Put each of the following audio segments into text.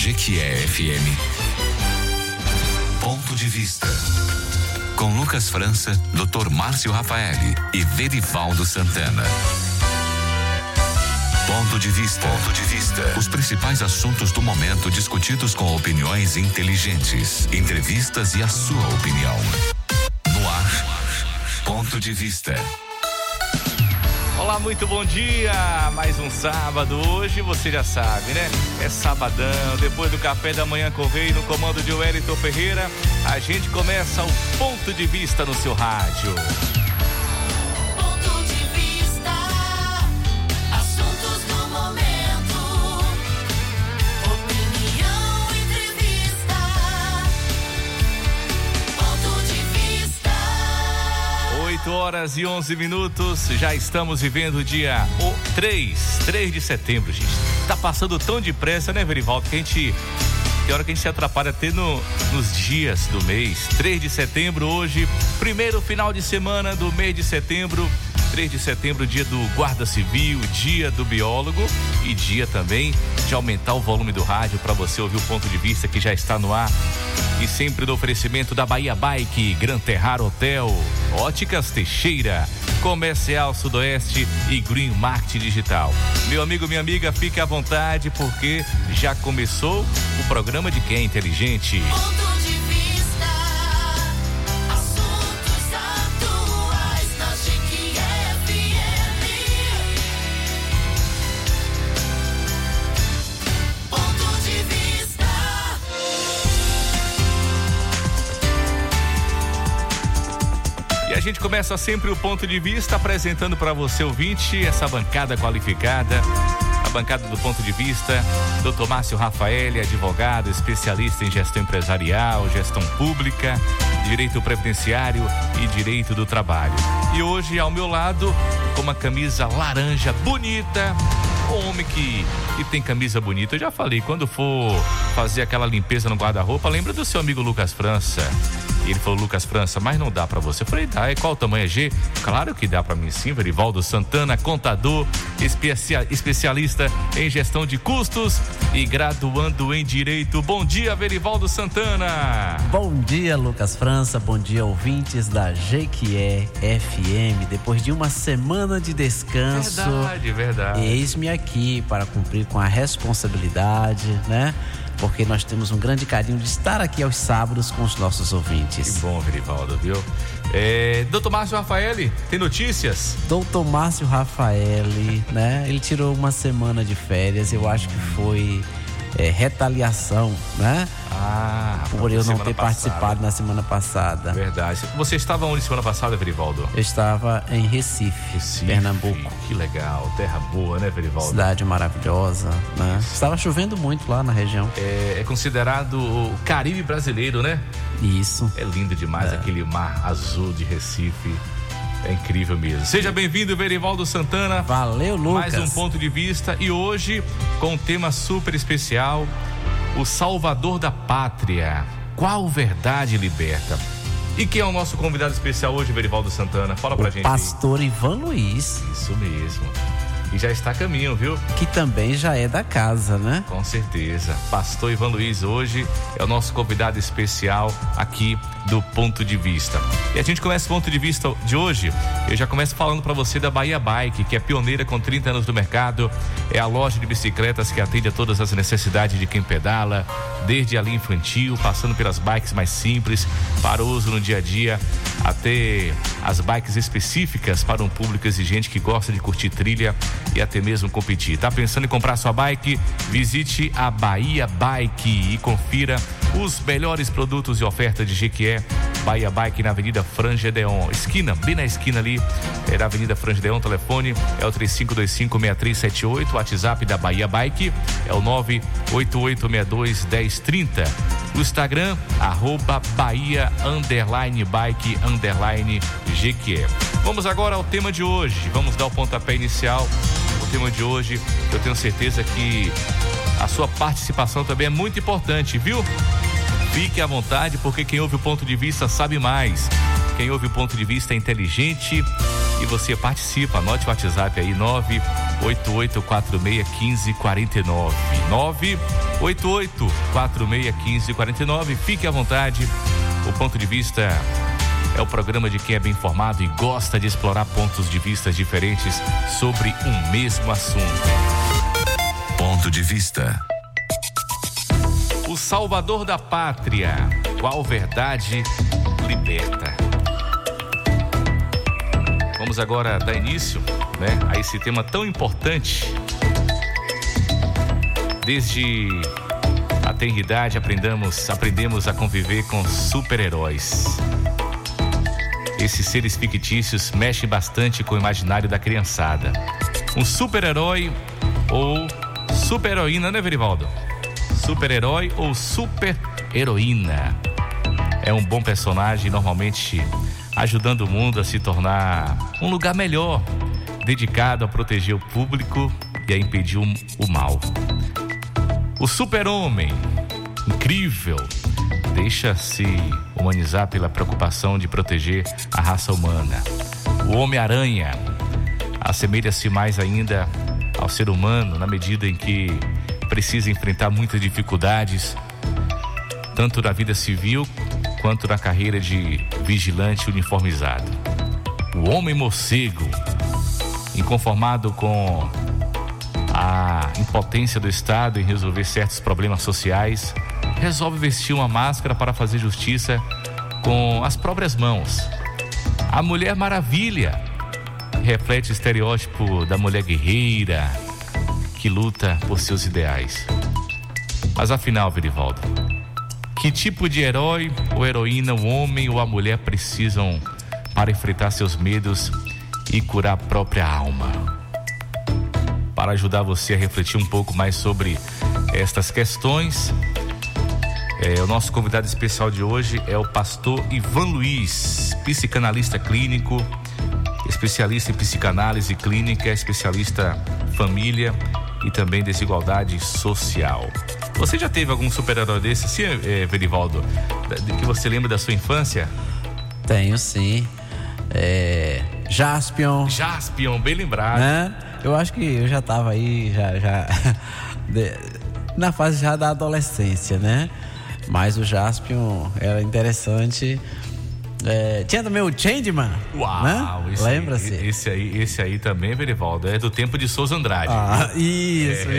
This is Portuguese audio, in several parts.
Jequié FM. Ponto de Vista. Com Lucas França, Dr. Márcio Rafaeli e Verivaldo Santana. Ponto de Vista. Ponto de Vista. Os principais assuntos do momento discutidos com opiniões inteligentes, entrevistas e a sua opinião. No ar, Ponto de Vista. Olá, muito bom dia, mais um sábado, hoje você já sabe, né? É sabadão, depois do café da manhã com o Rei, no comando de Wellington Ferreira, a gente começa o Ponto de Vista no seu rádio. Ponto de Vista, assuntos do momento, opinião, entrevista, Ponto de Vista. 8h11, já estamos vivendo o dia 3 de setembro, gente. Tá passando tão depressa, né, Verivaldo, que a gente... Tem hora que a gente se atrapalha até nos dias do mês. 3 de setembro hoje, primeiro final de semana do mês de setembro. 3 de setembro, dia do guarda civil, dia do biólogo e dia também de aumentar o volume do rádio para você ouvir o Ponto de Vista que já está no ar. E sempre no oferecimento da Bahia Bike, Gran Terrar Hotel, Óticas Teixeira, Comercial Sudoeste e Green Market Digital. Meu amigo, minha amiga, fique à vontade porque já começou o programa de Quem é Inteligente. Ponto de Vista, assuntos atuais na Jequié FM. Ponto de Vista. E a gente começa sempre o Ponto de Vista apresentando para você, ouvinte, essa bancada qualificada, a bancada do Ponto de Vista, Dr. Márcio Rafaeli, advogado, especialista em gestão empresarial, gestão pública, direito previdenciário e direito do trabalho. E hoje, ao meu lado, com uma camisa laranja bonita, um homem que tem camisa bonita. Eu já falei, quando for fazer aquela limpeza no guarda-roupa, lembra do seu amigo Lucas França. E ele falou, Lucas França, mas não dá pra você. Eu falei, dá, qual o tamanho é G? Claro que dá pra mim sim, Verivaldo Santana, contador, especialista em gestão de custos e graduando em Direito. Bom dia, Verivaldo Santana. Bom dia, Lucas França, bom dia, ouvintes da Jequié FM. Depois de uma semana de descanso, Verdade. eis-me aqui para cumprir com a responsabilidade, né? Porque nós temos um grande carinho de estar aqui aos sábados com os nossos ouvintes. Que bom, Verivaldo, viu? Doutor Márcio Rafaeli, tem notícias? Doutor Márcio Rafaeli, né? Ele tirou uma semana de férias, eu acho que foi retaliação, né? Por eu não ter participado na semana passada. Verdade. Você estava onde semana passada, Verivaldo? Eu estava em Recife, Pernambuco. Que legal, terra boa, né, Verivaldo? Cidade maravilhosa, né? Estava chovendo muito lá na região. É considerado o Caribe brasileiro, né? Isso. É lindo demais aquele mar azul de Recife. É incrível mesmo. Seja bem-vindo, Verivaldo Santana. Valeu, Lucas. Mais um Ponto de Vista e hoje com um tema super especial, o Salvador da Pátria. Qual verdade liberta? E quem é o nosso convidado especial hoje, Verivaldo Santana? Fala pra gente. Pastor Ivan Luiz. Isso mesmo. E já está a caminho, viu? Que também já é da casa, né? Com certeza. Pastor Ivan Luiz hoje é o nosso convidado especial aqui do Ponto de Vista. E a gente começa o Ponto de Vista de hoje. Eu já começo falando para você da Bahia Bike, que é pioneira com 30 anos no mercado. É a loja de bicicletas que atende a todas as necessidades de quem pedala, desde a linha infantil, passando pelas bikes mais simples, para o uso no dia a dia, até as bikes específicas para um público exigente que gosta de curtir trilha e até mesmo competir. Tá pensando em comprar sua bike? Visite a Bahia Bike e confira os melhores produtos e ofertas de Jequié. Bahia Bike na Avenida Frangedeon, esquina, bem na esquina ali, da Avenida Frangedeon. Telefone é o 3525-6378. O WhatsApp da Bahia Bike é o 988621030. O Instagram, @Bahia_Bike_Jequié. Vamos agora ao tema de hoje. Vamos dar o pontapé inicial. O tema de hoje, eu tenho certeza que a sua participação também é muito importante, viu? Fique à vontade, porque quem ouve o Ponto de Vista sabe mais. Quem ouve o Ponto de Vista é inteligente e você participa. Anote o WhatsApp aí, 988461549. 988461549. Fique à vontade. O Ponto de Vista é o programa de quem é bem informado e gosta de explorar pontos de vista diferentes sobre um mesmo assunto. Ponto de Vista. O Salvador da Pátria. Qual verdade liberta? Vamos agora dar início, né, a esse tema tão importante. Desde a tenridade aprendemos a conviver com super-heróis. Esses seres fictícios mexem bastante com o imaginário da criançada. Um super-herói ou super-heroína, né, Verivaldo? Super-herói ou super-heroína. É um bom personagem, normalmente ajudando o mundo a se tornar um lugar melhor, dedicado a proteger o público e a impedir o mal. O super-homem, incrível, deixa-se humanizar pela preocupação de proteger a raça humana. O Homem-Aranha assemelha-se mais ainda ao ser humano na medida em que precisa enfrentar muitas dificuldades, tanto na vida civil quanto na carreira de vigilante uniformizado. O Homem-Morcego, inconformado com a impotência do Estado em resolver certos problemas sociais, resolve vestir uma máscara para fazer justiça com as próprias mãos. A Mulher Maravilha reflete o estereótipo da mulher guerreira que luta por seus ideais. Mas afinal, Verivaldo, que tipo de herói ou heroína o homem ou a mulher precisam para enfrentar seus medos e curar a própria alma? Para ajudar você a refletir um pouco mais sobre estas questões, o nosso convidado especial de hoje é o pastor Ivan Luiz, psicanalista clínico, especialista em psicanálise clínica, especialista em família e também desigualdade social. Você já teve algum super-herói desse, sim, Verivaldo, que você lembra da sua infância? Tenho, sim. Jaspion, bem lembrado. né? Eu acho que eu já tava aí, na fase já da adolescência, né? Mas o Jaspion era interessante. Tinha também o Changeman. Uau, né? Lembra-se? Esse aí também, Verivaldo, é do tempo de Souza Andrade. Isso.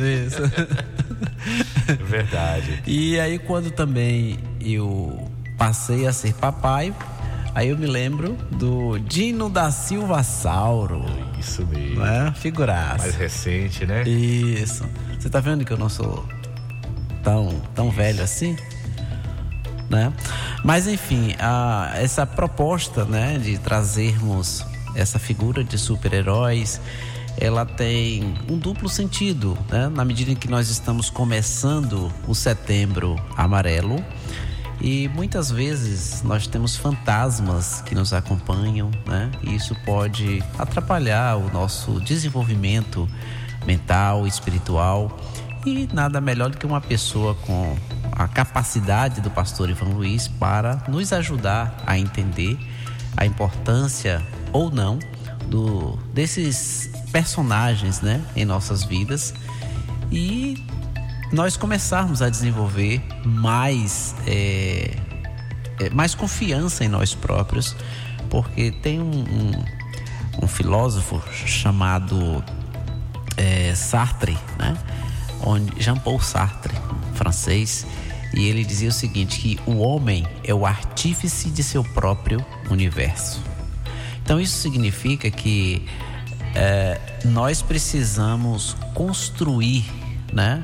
Verdade. E aí, quando também eu passei a ser papai, aí eu me lembro do Dino da Silva Sauro. Isso mesmo. Né? Figuraça. Mais recente, né? Isso. Você tá vendo que eu não sou tão velho assim? Né? Mas enfim, essa proposta, né, de trazermos essa figura de super-heróis, ela tem um duplo sentido, né? Na medida em que nós estamos começando o Setembro Amarelo e muitas vezes nós temos fantasmas que nos acompanham, né? E isso pode atrapalhar o nosso desenvolvimento mental, espiritual, e nada melhor do que uma pessoa com a capacidade do pastor Ivan Luiz para nos ajudar a entender a importância ou não desses personagens, né, em nossas vidas, e nós começarmos a desenvolver mais confiança em nós próprios, porque tem um filósofo chamado Sartre, né? Jean-Paul Sartre, francês, e ele dizia o seguinte, que o homem é o artífice de seu próprio universo. Então isso significa que nós precisamos construir, né,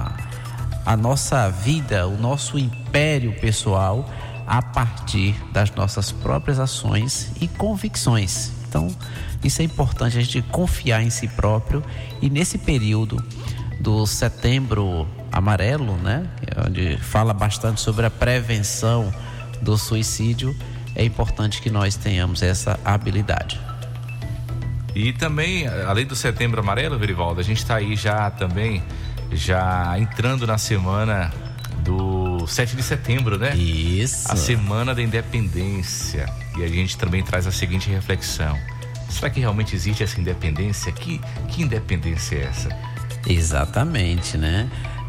a nossa vida, o nosso império pessoal a partir das nossas próprias ações e convicções. Então isso é importante, a gente confiar em si próprio, e nesse período do Setembro Amarelo, né, onde fala bastante sobre a prevenção do suicídio, é importante que nós tenhamos essa habilidade. E também, além do Setembro Amarelo, Verivaldo, a gente está aí já entrando na semana do 7 de setembro, né? Isso. A Semana da Independência. E a gente também traz a seguinte reflexão: Será que realmente existe essa independência? Que independência é essa? Exatamente, né?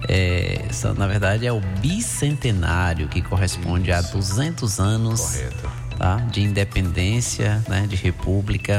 Na verdade é o bicentenário que corresponde a 200 anos. Correto. Tá? De independência, né? De república.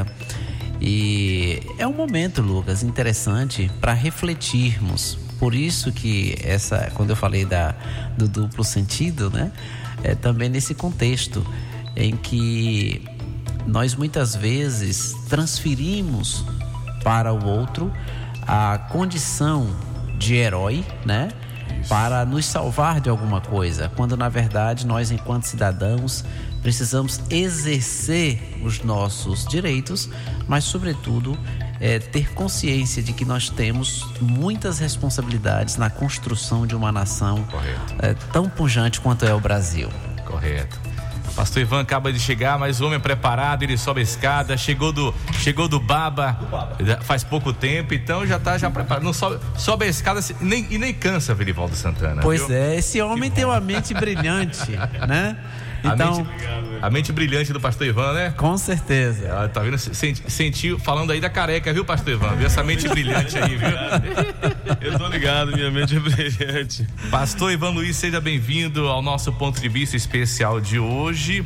E é um momento, Lucas, interessante para refletirmos. Por isso que quando eu falei do duplo sentido, né? É também nesse contexto em que nós muitas vezes transferimos para o outro a condição de herói, né? Para nos salvar de alguma coisa, quando na verdade nós, enquanto cidadãos, precisamos exercer os nossos direitos, mas sobretudo ter consciência de que nós temos muitas responsabilidades na construção de uma nação tão pujante quanto é o Brasil. Correto. Pastor Ivan acaba de chegar, mas o homem preparado, ele sobe a escada, chegou do Baba faz pouco tempo, então já preparado. Não sobe a escada e nem cansa, Verivaldo Santana. Pois viu? Esse homem tem uma mente brilhante, né? Então, a mente brilhante do pastor Ivan, né? Com certeza. Tá vendo? Sentiu, falando aí da careca, viu, pastor Ivan? Viu essa mente brilhante aí, viu? Eu tô ligado, minha mente é brilhante. Pastor Ivan Luiz, seja bem-vindo ao nosso ponto de vista especial de hoje.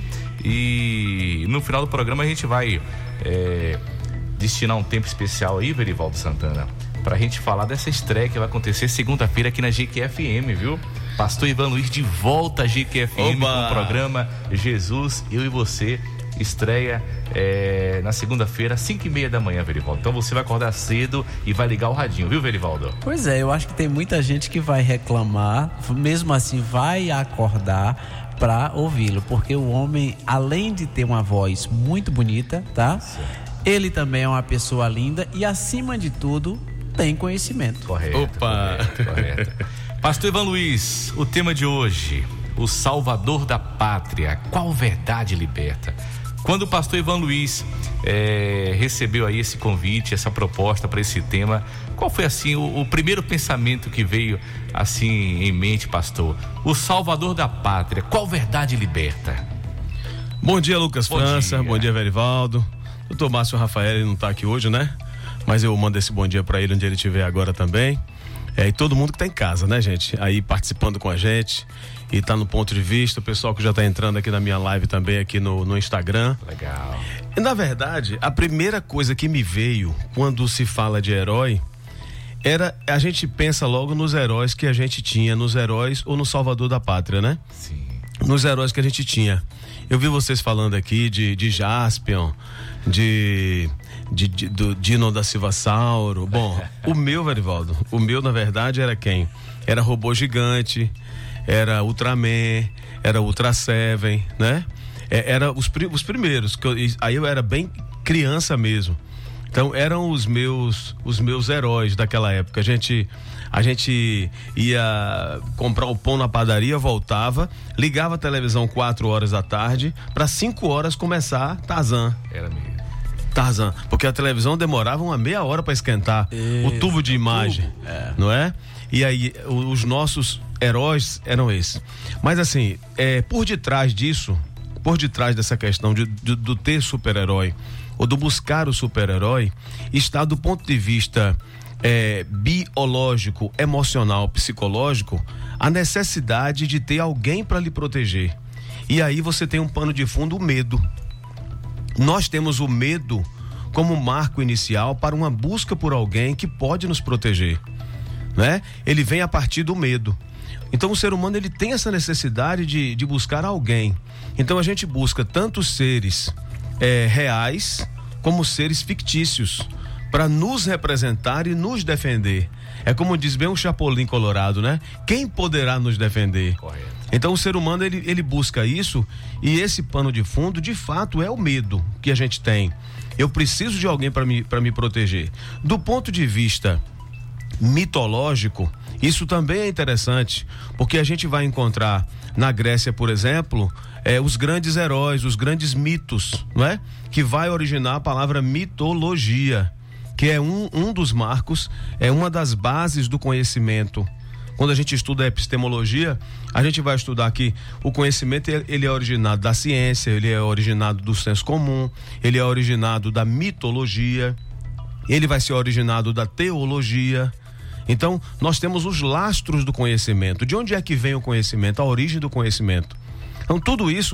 E no final do programa a gente vai destinar um tempo especial aí, Verivaldo Santana, pra gente falar dessa estreia que vai acontecer segunda-feira aqui na GQFM, viu? Pastor Ivan Luiz de volta à GQFM com o programa Jesus, Eu e Você. Estreia na segunda-feira, 5h30 da manhã, Verivaldo. Então você vai acordar cedo e vai ligar o radinho, viu, Verivaldo? Pois eu acho que tem muita gente que vai reclamar, mesmo assim vai acordar para ouvi-lo, porque o homem, além de ter uma voz muito bonita, tá? Certo. Ele também é uma pessoa linda e, acima de tudo, tem conhecimento. Correto. Pastor Ivan Luiz, o tema de hoje, o Salvador da Pátria, qual verdade liberta? Quando o pastor Ivan Luiz recebeu aí esse convite, essa proposta para esse tema, qual foi assim o primeiro pensamento que veio assim em mente, pastor? O Salvador da Pátria, qual verdade liberta? Bom dia, Lucas França, bom dia, Verivaldo. Doutor Márcio Rafael, ele não está aqui hoje, né? Mas eu mando esse bom dia para ele onde ele estiver agora também. E todo mundo que tá em casa, né, gente? Aí participando com a gente e tá no ponto de vista, o pessoal que já tá entrando aqui na minha live também aqui no Instagram. Legal. E, na verdade, a primeira coisa que me veio quando se fala de herói a gente pensa logo nos heróis que a gente tinha, nos heróis ou no Salvador da Pátria, né? Sim. Nos heróis que a gente tinha. Eu vi vocês falando aqui de Jaspion, do Dino da Silva Sauro. Bom, o meu, Verivaldo, na verdade era quem? Era Robô Gigante, era Ultraman, era Ultra Seven, né? Era os primeiros, aí eu era bem criança mesmo. Então eram os meus heróis daquela época. A gente ia comprar o pão na padaria, voltava, ligava a televisão 4 horas da tarde, para 5 horas começar Tarzan. Era mesmo. Tarzan, porque a televisão demorava uma meia hora para esquentar o tubo de imagem, não é? E aí os nossos heróis eram esses. Mas assim, por detrás dessa questão do ter super-herói ou do buscar o super-herói, está do ponto de vista biológico, emocional, psicológico, a necessidade de ter alguém para lhe proteger. E aí você tem um pano de fundo, o medo. Nós temos o medo como marco inicial para uma busca por alguém que pode nos proteger, né? Ele vem a partir do medo. Então o ser humano, ele tem essa necessidade de buscar alguém. Então a gente busca tanto seres reais como seres fictícios para nos representar e nos defender. É como diz bem o Chapolin Colorado, né? Quem poderá nos defender? Correto. Então o ser humano, ele busca isso, e esse pano de fundo, de fato, é o medo que a gente tem. Eu preciso de alguém para me proteger. Do ponto de vista mitológico, isso também é interessante, porque a gente vai encontrar na Grécia, por exemplo, os grandes heróis, os grandes mitos, não é? Que vai originar a palavra mitologia, que é um dos marcos, é uma das bases do conhecimento. quando a gente estuda a epistemologia, a gente vai estudar que o conhecimento ele é originado da ciência, ele é originado do senso comum, ele é originado da mitologia, ele vai ser originado da teologia. Então, nós temos os lastros do conhecimento. De onde é que vem o conhecimento? A origem do conhecimento. Então, tudo isso,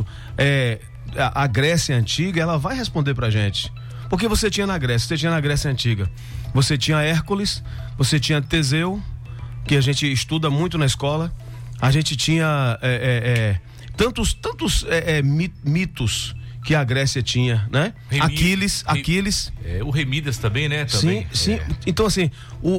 a Grécia Antiga, ela vai responder pra gente. Porque você tinha na Grécia Antiga, você tinha Hércules, você tinha Teseu, que a gente estuda muito na escola, a gente tinha tantos mitos que a Grécia tinha, né? Aquiles. O Remídas também, né? Também. Sim. Então, assim,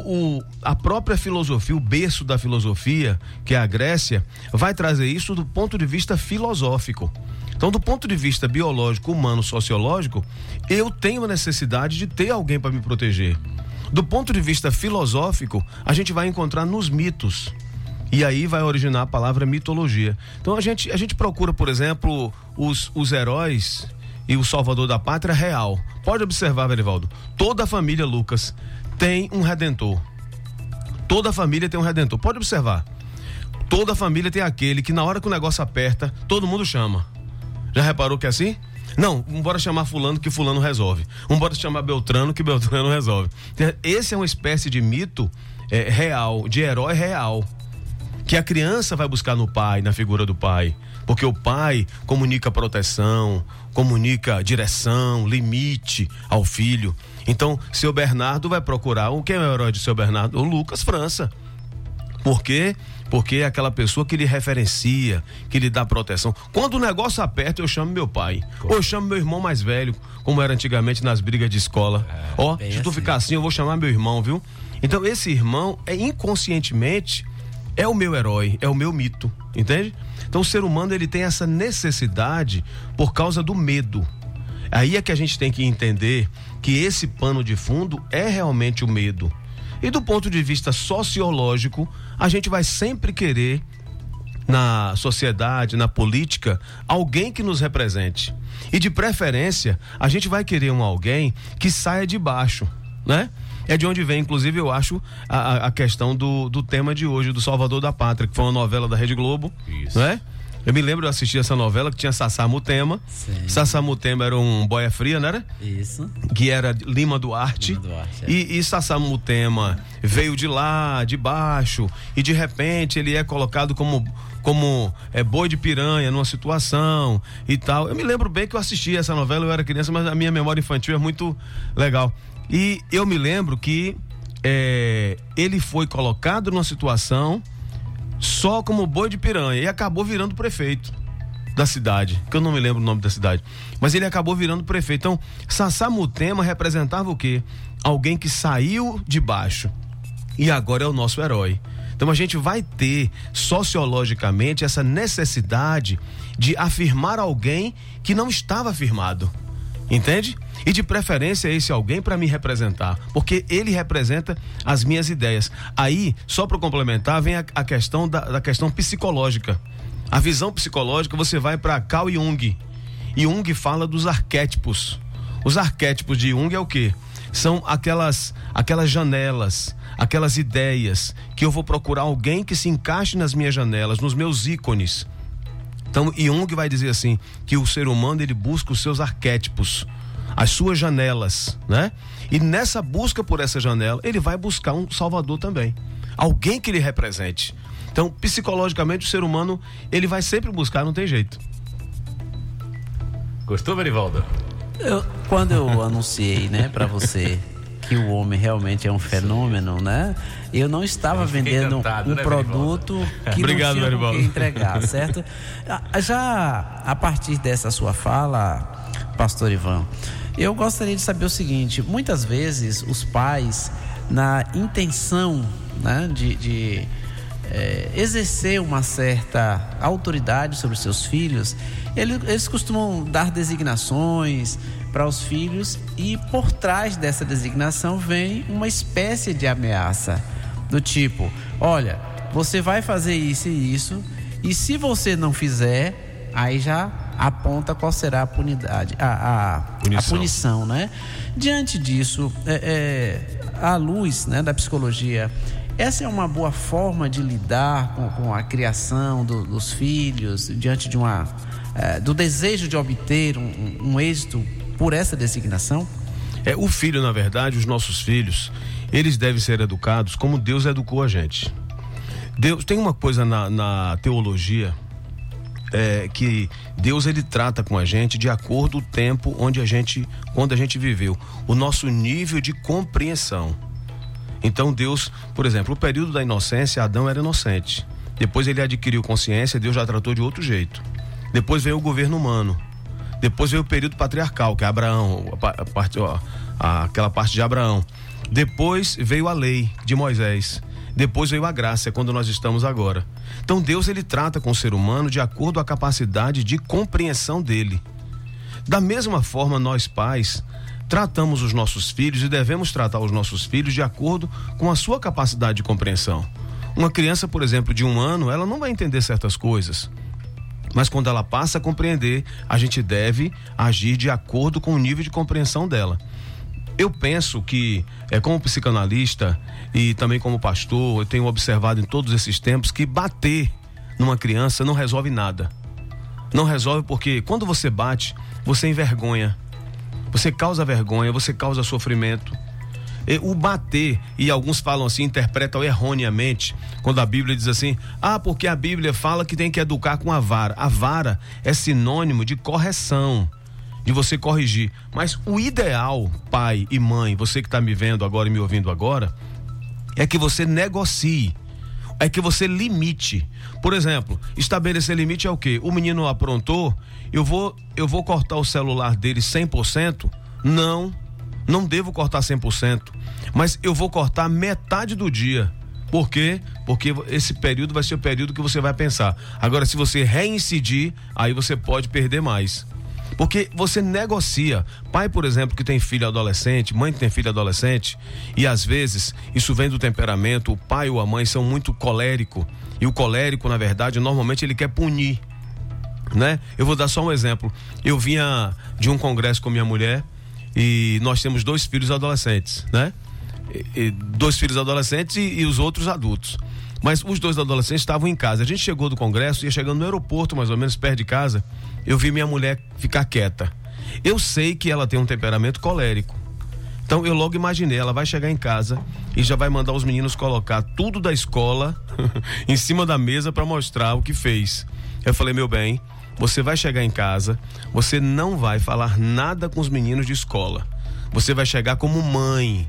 a própria filosofia, o berço da filosofia, que é a Grécia, vai trazer isso do ponto de vista filosófico. Então, do ponto de vista biológico, humano, sociológico, eu tenho a necessidade de ter alguém para me proteger. Do ponto de vista filosófico, a gente vai encontrar nos mitos. E aí vai originar a palavra mitologia. Então a gente procura, por exemplo, os heróis e o salvador da pátria real. Pode observar, Verivaldo, toda a família Lucas tem um redentor. Toda a família tem um redentor. Pode observar. Toda a família tem aquele que na hora que o negócio aperta, todo mundo chama. Já reparou que é assim? Não, bora chamar fulano que fulano resolve. Bora chamar Beltrano que Beltrano resolve. Esse é uma espécie de mito real, de herói real, que a criança vai buscar no pai, na figura do pai. Porque o pai comunica proteção, comunica direção, limite ao filho. Então, seu Bernardo vai procurar, quem é o herói de seu Bernardo? O Lucas França. Por quê? Porque é aquela pessoa que lhe referencia, que lhe dá proteção. Quando o negócio aperta, eu chamo meu pai. Ou eu chamo meu irmão mais velho, como era antigamente nas brigas de escola. Se tu ficar assim, eu vou chamar meu irmão, viu? Então, esse irmão, inconscientemente, é o meu herói, é o meu mito, entende? Então o ser humano, ele tem essa necessidade por causa do medo. Aí é que a gente tem que entender que esse pano de fundo é realmente o medo. E do ponto de vista sociológico, a gente vai sempre querer, na sociedade, na política, alguém que nos represente. E de preferência, a gente vai querer alguém que saia de baixo, né? É de onde vem, inclusive, eu acho, a questão do tema de hoje, do Salvador da Pátria, que foi uma novela da Rede Globo. Isso. Né? Eu me lembro de assistir essa novela que tinha Sassá Mutema. Sim. Sassá Mutema era um boia fria, não era? Isso. Que era Lima Duarte. E Sassá Mutema veio de lá, de baixo, e de repente ele é colocado como boi de piranha numa situação e tal. Eu me lembro bem que eu assisti essa novela, eu era criança, mas a minha memória infantil é muito legal. E eu me lembro que ele foi colocado numa situação só como boi de piranha e acabou virando prefeito da cidade, que eu não me lembro o nome da cidade, mas ele acabou virando prefeito. Então, Sassá Mutema representava o quê? Alguém que saiu de baixo e agora é o nosso herói. Então a gente vai ter sociologicamente essa necessidade de afirmar alguém que não estava afirmado. Entende? E de preferência esse alguém para me representar, porque ele representa as minhas ideias. Aí, só para complementar, vem a questão da questão psicológica. A visão psicológica, você vai para Carl Jung. E Jung fala dos arquétipos. Os arquétipos de Jung é o quê? São aquelas janelas, aquelas ideias que eu vou procurar alguém que se encaixe nas minhas janelas, nos meus ícones. Então, Jung vai dizer assim, que o ser humano, ele busca os seus arquétipos, as suas janelas, né? E nessa busca por essa janela, ele vai buscar um salvador também, alguém que lhe represente. Então, psicologicamente, o ser humano, ele vai sempre buscar, não tem jeito. Gostou, Verivaldo? Quando eu anunciei, né, para você que o homem realmente é um fenômeno, né? Eu não estava vendendo um produto que Obrigado, não tinha o que entregar, certo? Já a partir dessa sua fala, pastor Ivan, eu gostaria de saber o seguinte: muitas vezes os pais, na intenção, né, de exercer uma certa autoridade sobre os seus filhos, eles costumam dar designações para os filhos, e por trás dessa designação vem uma espécie de ameaça do tipo: olha, você vai fazer isso e isso, e se você não fizer, aí já aponta qual será a punidade, a punição, né? Diante disso, à luz, né, da psicologia, Essa é uma boa forma de lidar com a criação dos filhos, diante de do desejo de obter um êxito por essa designação? O filho, na verdade, os nossos filhos, eles devem ser educados como Deus educou a gente. Deus tem uma coisa na teologia, que Deus, ele trata com a gente de acordo com o tempo quando a gente viveu, o nosso nível de compreensão. Então Deus, por exemplo, o período da inocência, Adão era inocente. Depois ele adquiriu consciência, Deus já tratou de outro jeito. Depois veio o governo humano. Depois veio o período patriarcal, que é Abraão, aquela parte de Abraão. Depois veio a lei de Moisés. Depois veio a graça, quando nós estamos agora. Então Deus, ele trata com o ser humano de acordo com a capacidade de compreensão dele. Da mesma forma, nós pais tratamos os nossos filhos e devemos tratar os nossos filhos de acordo com a sua capacidade de compreensão. Uma criança, por exemplo, de 1 ano, ela não vai entender certas coisas. Mas quando ela passa a compreender, a gente deve agir de acordo com o nível de compreensão dela. Eu penso que, como psicanalista e também como pastor, eu tenho observado em todos esses tempos que bater numa criança não resolve nada. Não resolve porque quando você bate, você envergonha. Você causa vergonha, você causa sofrimento. O bater, e alguns falam assim, interpretam erroneamente, quando a Bíblia diz assim, porque a Bíblia fala que tem que educar com a vara. A vara é sinônimo de correção, de você corrigir. Mas o ideal, pai e mãe, você que está me vendo agora e me ouvindo agora, é que você negocie, é que você limite. Por exemplo, estabelecer limite é o quê? O menino aprontou, eu vou cortar o celular dele 100%? Não devo cortar 100%, mas eu vou cortar metade do dia. Por quê? Porque esse período vai ser o período que você vai pensar. Agora, se você reincidir, aí você pode perder mais. Porque você negocia. Pai, por exemplo, que tem filho adolescente, mãe que tem filho adolescente, e às vezes isso vem do temperamento, o pai ou a mãe são muito colérico, e o colérico, na verdade, normalmente ele quer punir, né? Eu vou dar só um exemplo. Eu vinha de um congresso com minha mulher e nós temos 2 filhos adolescentes, né? 2 filhos adolescentes e os outros adultos. Mas os 2 adolescentes estavam em casa. A gente chegou do congresso, ia chegando no aeroporto, mais ou menos perto de casa, eu vi minha mulher ficar quieta. Eu sei que ela tem um temperamento colérico. Então eu logo imaginei, ela vai chegar em casa e já vai mandar os meninos colocar tudo da escola em cima da mesa para mostrar o que fez. Eu falei, meu bem, você vai chegar em casa, você não vai falar nada com os meninos de escola. Você vai chegar como mãe.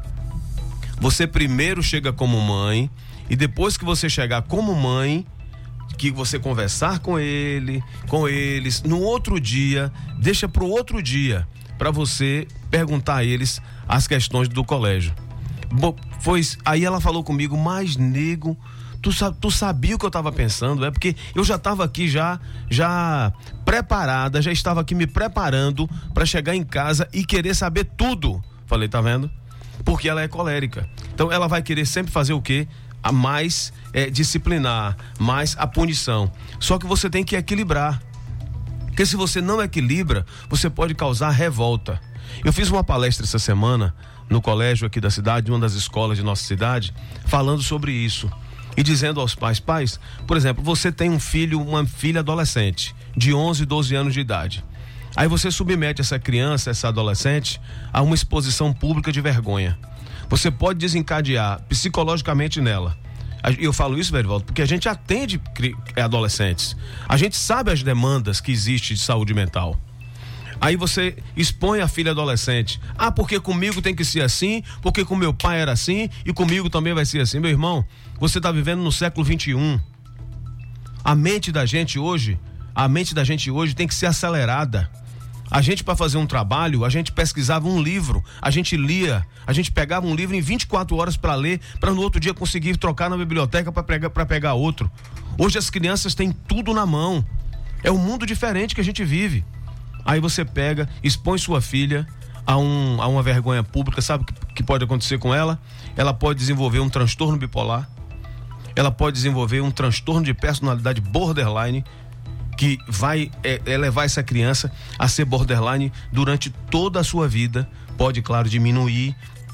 Você primeiro chega como mãe e depois que você chegar como mãe, que você conversar com eles, no outro dia, deixa pro outro dia, para você perguntar a eles as questões do colégio. Bom, aí ela falou comigo, mas nego, tu sabia o que eu estava pensando? Porque eu já estava aqui já preparada, já estava aqui me preparando para chegar em casa e querer saber tudo. Falei, tá vendo? Porque ela é colérica. Então ela vai querer sempre fazer o quê? A mais disciplinar, mais a punição. Só que você tem que equilibrar. Porque se você não equilibra, você pode causar revolta. Eu fiz uma palestra essa semana no colégio aqui da cidade, uma das escolas de nossa cidade, falando sobre isso. E dizendo aos pais, por exemplo, você tem um filho, uma filha adolescente, de 11, 12 anos de idade. Aí você submete essa criança, essa adolescente, a uma exposição pública de vergonha. Você pode desencadear psicologicamente nela. Eu falo isso, Verivaldo, porque a gente atende adolescentes. A gente sabe as demandas que existem de saúde mental. Aí você expõe a filha adolescente. Porque comigo tem que ser assim, porque com meu pai era assim e comigo também vai ser assim. Meu irmão, você está vivendo no século 21. A mente da gente hoje tem que ser acelerada. A gente, para fazer um trabalho, a gente pesquisava um livro, a gente lia, a gente pegava um livro em 24 horas para ler, para no outro dia conseguir trocar na biblioteca para pegar outro. Hoje as crianças têm tudo na mão. É um mundo diferente que a gente vive. Aí você pega, expõe sua filha a uma vergonha pública. Sabe o que pode acontecer com ela? Ela pode desenvolver um transtorno bipolar, ela pode desenvolver um transtorno de personalidade borderline, que vai levar essa criança a ser borderline durante toda a sua vida. Pode, claro, diminuir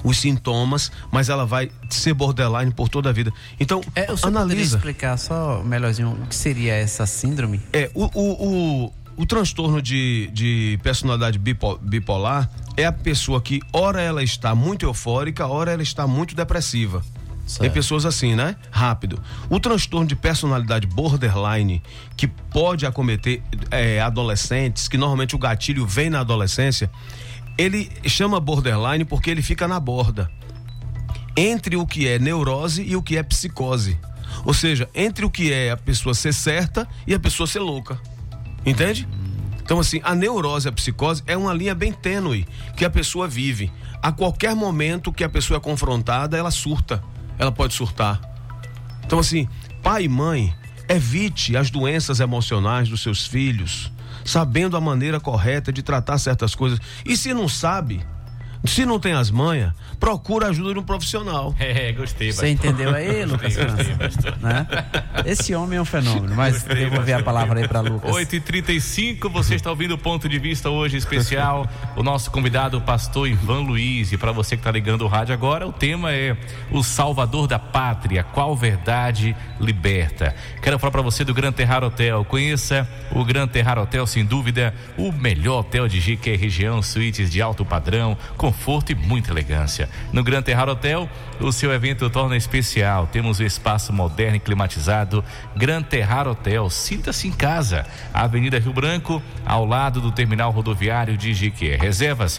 os sintomas, mas ela vai ser borderline por toda a vida. Então, o senhor poderia explicar só melhorzinho o que seria essa síndrome? O transtorno de personalidade bipolar é a pessoa que ora ela está muito eufórica, ora ela está muito depressiva. Certo. Tem pessoas assim, né? Rápido. O transtorno de personalidade borderline, que pode acometer adolescentes, que normalmente o gatilho vem na adolescência, ele chama borderline porque ele fica na borda entre o que é neurose e o que é psicose. Ou seja, entre o que é a pessoa ser certa e a pessoa ser louca. Entende? Então, assim, a neurose e a psicose é uma linha bem tênue que a pessoa vive. A qualquer momento que a pessoa é confrontada, ela surta. Ela pode surtar. Então, assim, pai e mãe, evite as doenças emocionais dos seus filhos, sabendo a maneira correta de tratar certas coisas. E se não sabe, se não tem as manhas, procura a ajuda de um profissional. Gostei. Você entendeu aí, Lucas? Né? Esse homem é um fenômeno, mas eu vou ver a palavra aí para Lucas. 8h35, você está ouvindo o Ponto de Vista hoje especial. O nosso convidado, o pastor Ivan Luiz. E para você que está ligando o rádio agora, o tema é o Salvador da Pátria, qual verdade liberta. Quero falar para você do Gran Terrar Hotel. Conheça o Gran Terrar Hotel, sem dúvida, o melhor hotel de Jiqué região, suítes de alto padrão, conforto e muita elegância. No Gran Terrar Hotel, o seu evento torna especial. Temos um espaço moderno e climatizado. Gran Terrar Hotel, sinta-se em casa. Avenida Rio Branco, ao lado do terminal rodoviário de Jiqué. Reservas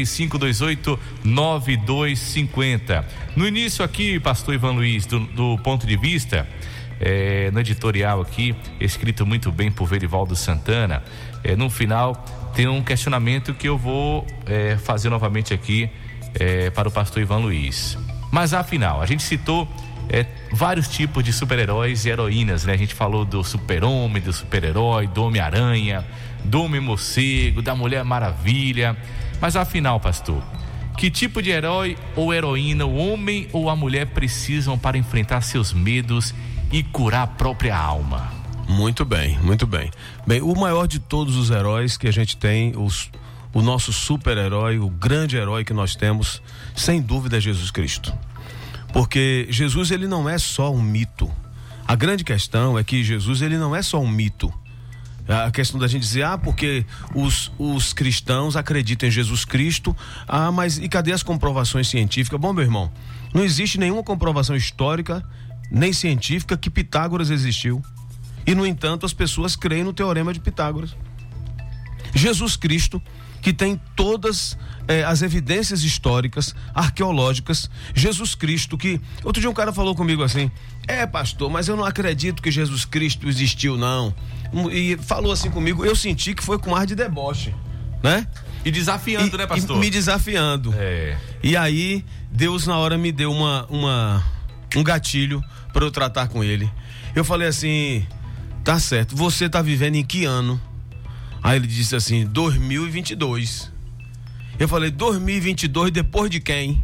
3528-9250. No início aqui, pastor Ivan Luiz, do Ponto de Vista, no editorial aqui, escrito muito bem por Verivaldo Santana, no final tem um questionamento que eu vou fazer novamente aqui para o pastor Ivan Luiz. Mas afinal, a gente citou vários tipos de super-heróis e heroínas, né? A gente falou do super-homem, do super-herói, do Homem-Aranha, do Homem-Morcego, da Mulher Maravilha. Mas afinal, pastor, que tipo de herói ou heroína o homem ou a mulher precisam para enfrentar seus medos e curar a própria alma? Muito bem, muito bem. Bem, o maior de todos os heróis que a gente tem, o nosso super-herói, o grande herói que nós temos, sem dúvida é Jesus Cristo. Porque Jesus, ele não é só um mito. A grande questão é que Jesus, ele não é só um mito. A questão da gente dizer, porque os cristãos acreditam em Jesus Cristo, mas e cadê as comprovações científicas? Bom, meu irmão, não existe nenhuma comprovação histórica, nem científica, que Pitágoras existiu. E, no entanto, as pessoas creem no teorema de Pitágoras. Jesus Cristo, que tem todas as evidências históricas, arqueológicas. Jesus Cristo, que... Outro dia um cara falou comigo assim, pastor, mas eu não acredito que Jesus Cristo existiu, não. E falou assim comigo, eu senti que foi com ar de deboche, né? E desafiando, né, pastor? Me desafiando. E aí, Deus na hora me deu um gatilho para eu tratar com ele. Eu falei assim, tá certo, você tá vivendo em que ano? Aí ele disse assim, 2022. Eu falei, 2022 depois de quem?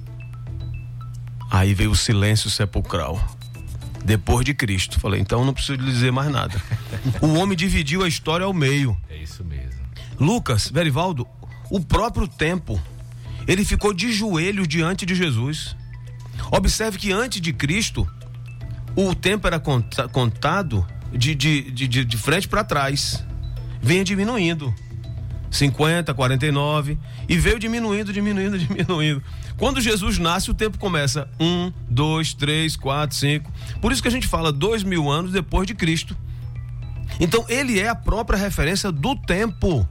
Aí veio o silêncio sepulcral. Depois de Cristo. Falei, então não preciso lhe dizer mais nada. O homem dividiu a história ao meio. É isso mesmo. Lucas, Verivaldo, o próprio tempo, ele ficou de joelhos diante de Jesus. Observe que antes de Cristo, o tempo era contado de frente para trás. Vinha diminuindo. 50, 49 e veio diminuindo. Quando Jesus nasce, o tempo começa 1, 2, 3, 4, 5. Por isso que a gente fala 2000 anos depois de Cristo. Então ele é a própria referência do tempo.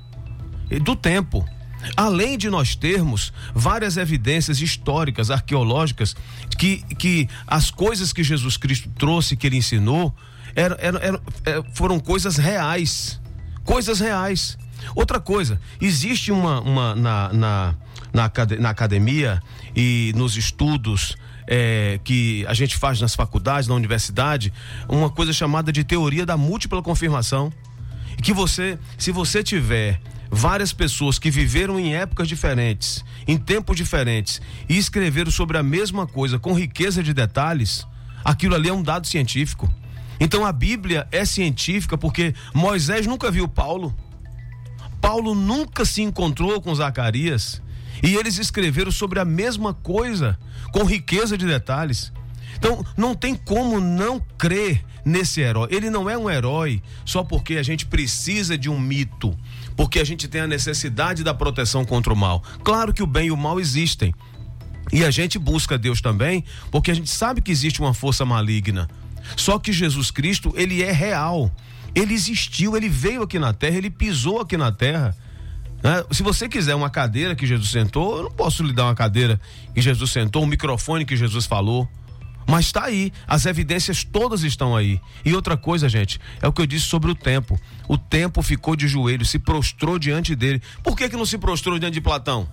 Além de nós termos várias evidências históricas, arqueológicas, que as coisas que Jesus Cristo trouxe, que ele ensinou, foram coisas reais. Coisas reais. Outra coisa, existe na academia e nos estudos que a gente faz nas faculdades, na universidade, uma coisa chamada de teoria da múltipla confirmação. E que se você tiver várias pessoas que viveram em épocas diferentes, em tempos diferentes, e escreveram sobre a mesma coisa com riqueza de detalhes, aquilo ali é um dado científico. Então a Bíblia é científica porque Moisés nunca viu Paulo. Paulo nunca se encontrou com Zacarias. E eles escreveram sobre a mesma coisa, com riqueza de detalhes. Então, não tem como não crer nesse herói. Ele não é um herói só porque a gente precisa de um mito, porque a gente tem a necessidade da proteção contra o mal. Claro que o bem e o mal existem. E a gente busca Deus também, porque a gente sabe que existe uma força maligna. Só que Jesus Cristo, ele é real. Ele existiu, ele veio aqui na terra, ele pisou aqui na terra. Se você quiser uma cadeira que Jesus sentou, eu não posso lhe dar uma cadeira que Jesus sentou, um microfone que Jesus falou. Mas está aí, as evidências todas estão aí. E outra coisa, gente, é o que eu disse sobre o tempo. O tempo ficou de joelhos, se prostrou diante dele. Por que não se prostrou diante de Platão?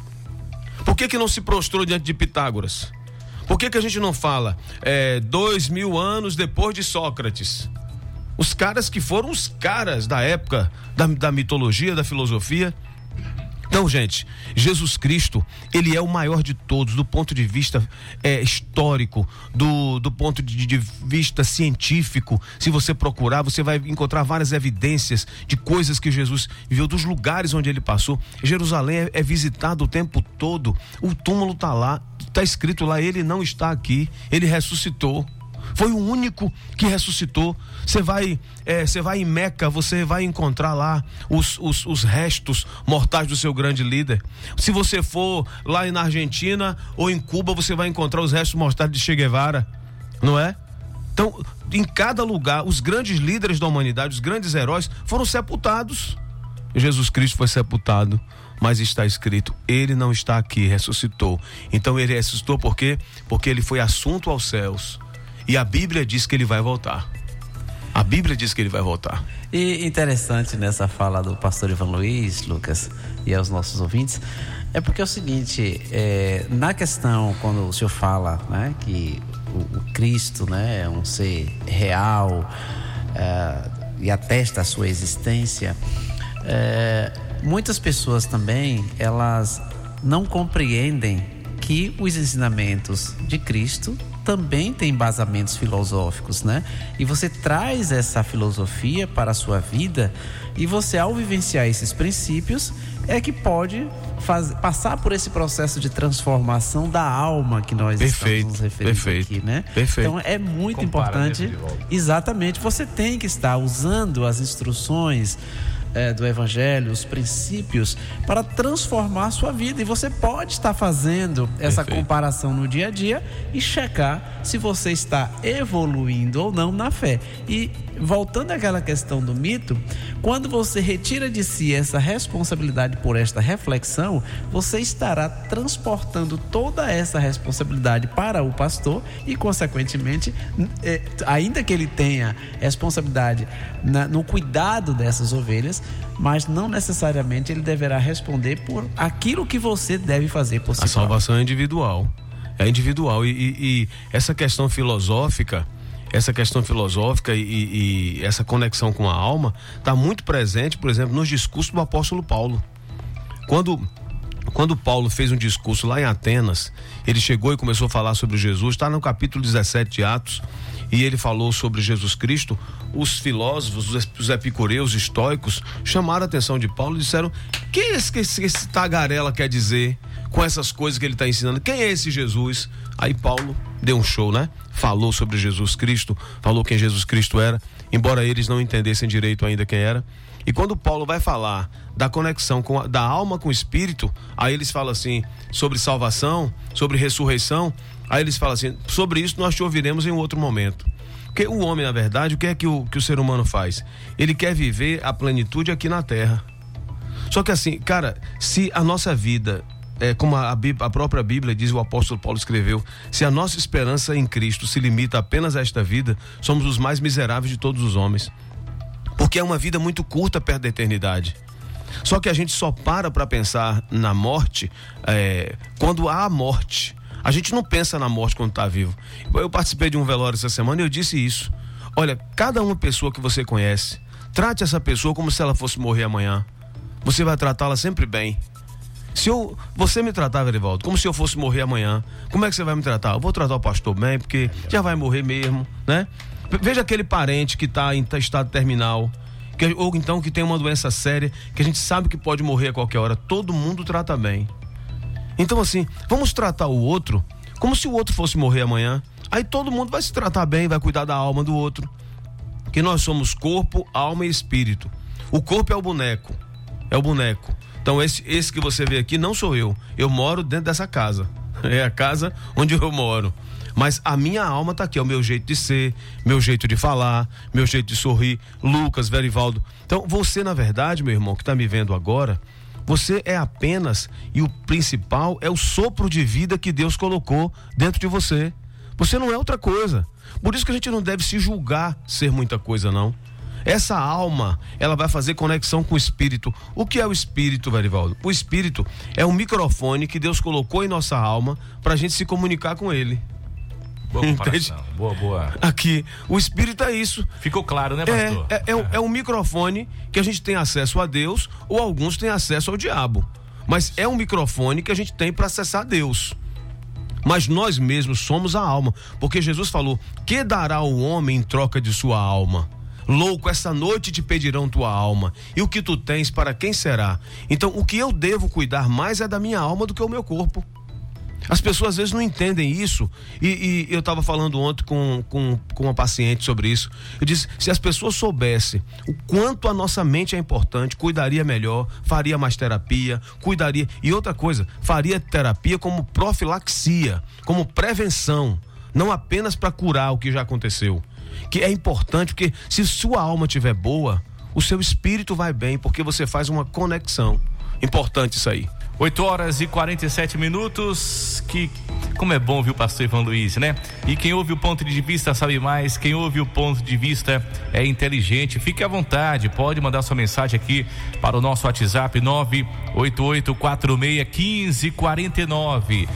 Por que não se prostrou diante de Pitágoras? Por que a gente não fala 2000 anos depois de Sócrates? Os caras que foram os caras da época da mitologia, da filosofia. Então, gente, Jesus Cristo, ele é o maior de todos, do ponto de vista histórico, do ponto de vista científico. Se você procurar, você vai encontrar várias evidências de coisas que Jesus viveu, dos lugares onde ele passou. Jerusalém é visitado o tempo todo, o túmulo está lá, está escrito lá, ele não está aqui, ele ressuscitou. Foi o único que ressuscitou. Você vai em Meca, você vai encontrar lá os restos mortais do seu grande líder. Se você for lá na Argentina ou em Cuba, você vai encontrar os restos mortais de Che Guevara, não é? Então, em cada lugar, os grandes líderes da humanidade, os grandes heróis foram sepultados. Jesus Cristo foi sepultado, mas está escrito, ele não está aqui, ressuscitou. Então ele ressuscitou por quê? Porque ele foi assunto aos céus. E a Bíblia diz que ele vai voltar. A Bíblia diz que ele vai voltar. E interessante nessa fala do pastor Ivan Luiz, Lucas, e aos nossos ouvintes, é porque é o seguinte, na questão, quando o senhor fala, né, que o Cristo, né, é um ser real, e atesta a sua existência, muitas pessoas também, elas não compreendem que os ensinamentos de Cristo também tem embasamentos filosóficos, né? E você traz essa filosofia para a sua vida e você, ao vivenciar esses princípios, é que pode passar por esse processo de transformação da alma que nós estamos nos referindo aqui, né? Perfeito. Então é muito importante, exatamente, você tem que estar usando as instruções do Evangelho, os princípios, para transformar a sua vida. E você pode estar fazendo essa comparação no dia a dia e checar se você está evoluindo ou não na fé. E voltando àquela questão do mito, quando você retira de si essa responsabilidade por esta reflexão, você estará transportando toda essa responsabilidade para o pastor e, consequentemente, ainda que ele tenha responsabilidade no cuidado dessas ovelhas, mas não necessariamente ele deverá responder por aquilo que você deve fazer por si próprio. A salvação é individual. É individual. E essa questão filosófica e essa conexão com a alma está muito presente, por exemplo, nos discursos do apóstolo Paulo. Quando Paulo fez um discurso lá em Atenas, ele chegou e começou a falar sobre Jesus, está no capítulo 17 de Atos, e ele falou sobre Jesus Cristo. Os filósofos, os epicureus, estoicos, chamaram a atenção de Paulo e disseram: que esse tagarela quer dizer com essas coisas que ele está ensinando? Quem é esse Jesus? Aí Paulo deu um show, né? Falou sobre Jesus Cristo, falou quem Jesus Cristo era, embora eles não entendessem direito ainda quem era. E quando Paulo vai falar da conexão da alma com o espírito, aí eles falam assim, sobre salvação, sobre ressurreição, aí eles falam assim, sobre isso nós te ouviremos em um outro momento. Porque o homem, na verdade, o que é que o ser humano faz? Ele quer viver a plenitude aqui na terra. Só que assim, cara, se a nossa vida, como a própria Bíblia diz, o apóstolo Paulo escreveu, se a nossa esperança em Cristo se limita apenas a esta vida, somos os mais miseráveis de todos os homens. Porque é uma vida muito curta perto da eternidade. Só que a gente só para pensar na morte quando há a morte. A gente não pensa na morte quando está vivo. Eu participei de um velório essa semana e eu disse isso. Olha, cada uma pessoa que você conhece, trate essa pessoa como se ela fosse morrer amanhã. Você vai tratá-la sempre bem. Você me tratava, Erivaldo, como se eu fosse morrer amanhã, como é que você vai me tratar? Eu vou tratar o pastor bem, porque já vai morrer mesmo, né? Veja aquele parente que está em estado terminal, ou então que tem uma doença séria, que a gente sabe que pode morrer a qualquer hora. Todo mundo trata bem. Então assim, vamos tratar o outro como se o outro fosse morrer amanhã. Aí todo mundo vai se tratar bem, vai cuidar da alma do outro. Que nós somos corpo, alma e espírito. O corpo é o boneco. Então esse que você vê aqui não sou eu. Eu moro dentro dessa casa. É a casa onde eu moro. Mas a minha alma tá aqui, é o meu jeito de ser, meu jeito de falar, meu jeito de sorrir. Lucas, Verivaldo. Então você, na verdade, meu irmão, que tá me vendo agora, você é apenas, e o principal é o sopro de vida que Deus colocou dentro de você. Você não é outra coisa. Por isso que a gente não deve se julgar ser muita coisa, não. Essa alma, ela vai fazer conexão com o espírito. O que é o espírito, Verivaldo? O espírito é um microfone que Deus colocou em nossa alma pra gente se comunicar com ele. Boa comparação. Boa. Aqui, o espírito é isso. Ficou claro, né, pastor? É um microfone que a gente tem acesso a Deus, ou alguns têm acesso ao diabo. Mas é um microfone que a gente tem para acessar Deus. Mas nós mesmos somos a alma, porque Jesus falou: que dará o homem em troca de sua alma? Louco, essa noite te pedirão tua alma, e o que tu tens, para quem será? Então o que eu devo cuidar mais é da minha alma do que o meu corpo. As pessoas às vezes não entendem isso, e eu estava falando ontem com uma paciente sobre isso. Eu disse: se as pessoas soubessem o quanto a nossa mente é importante, cuidaria melhor, faria mais terapia, cuidaria. E outra coisa, faria terapia como profilaxia, como prevenção, não apenas para curar o que já aconteceu. Que é importante, porque se sua alma estiver boa, o seu espírito vai bem, porque você faz uma conexão. Importante isso aí. 8h47. Como é bom ouvir o pastor Ivan Luiz, né? E quem ouve o ponto de vista sabe mais. Quem ouve o ponto de vista é inteligente. Fique à vontade, pode mandar sua mensagem aqui para o nosso WhatsApp 988461549.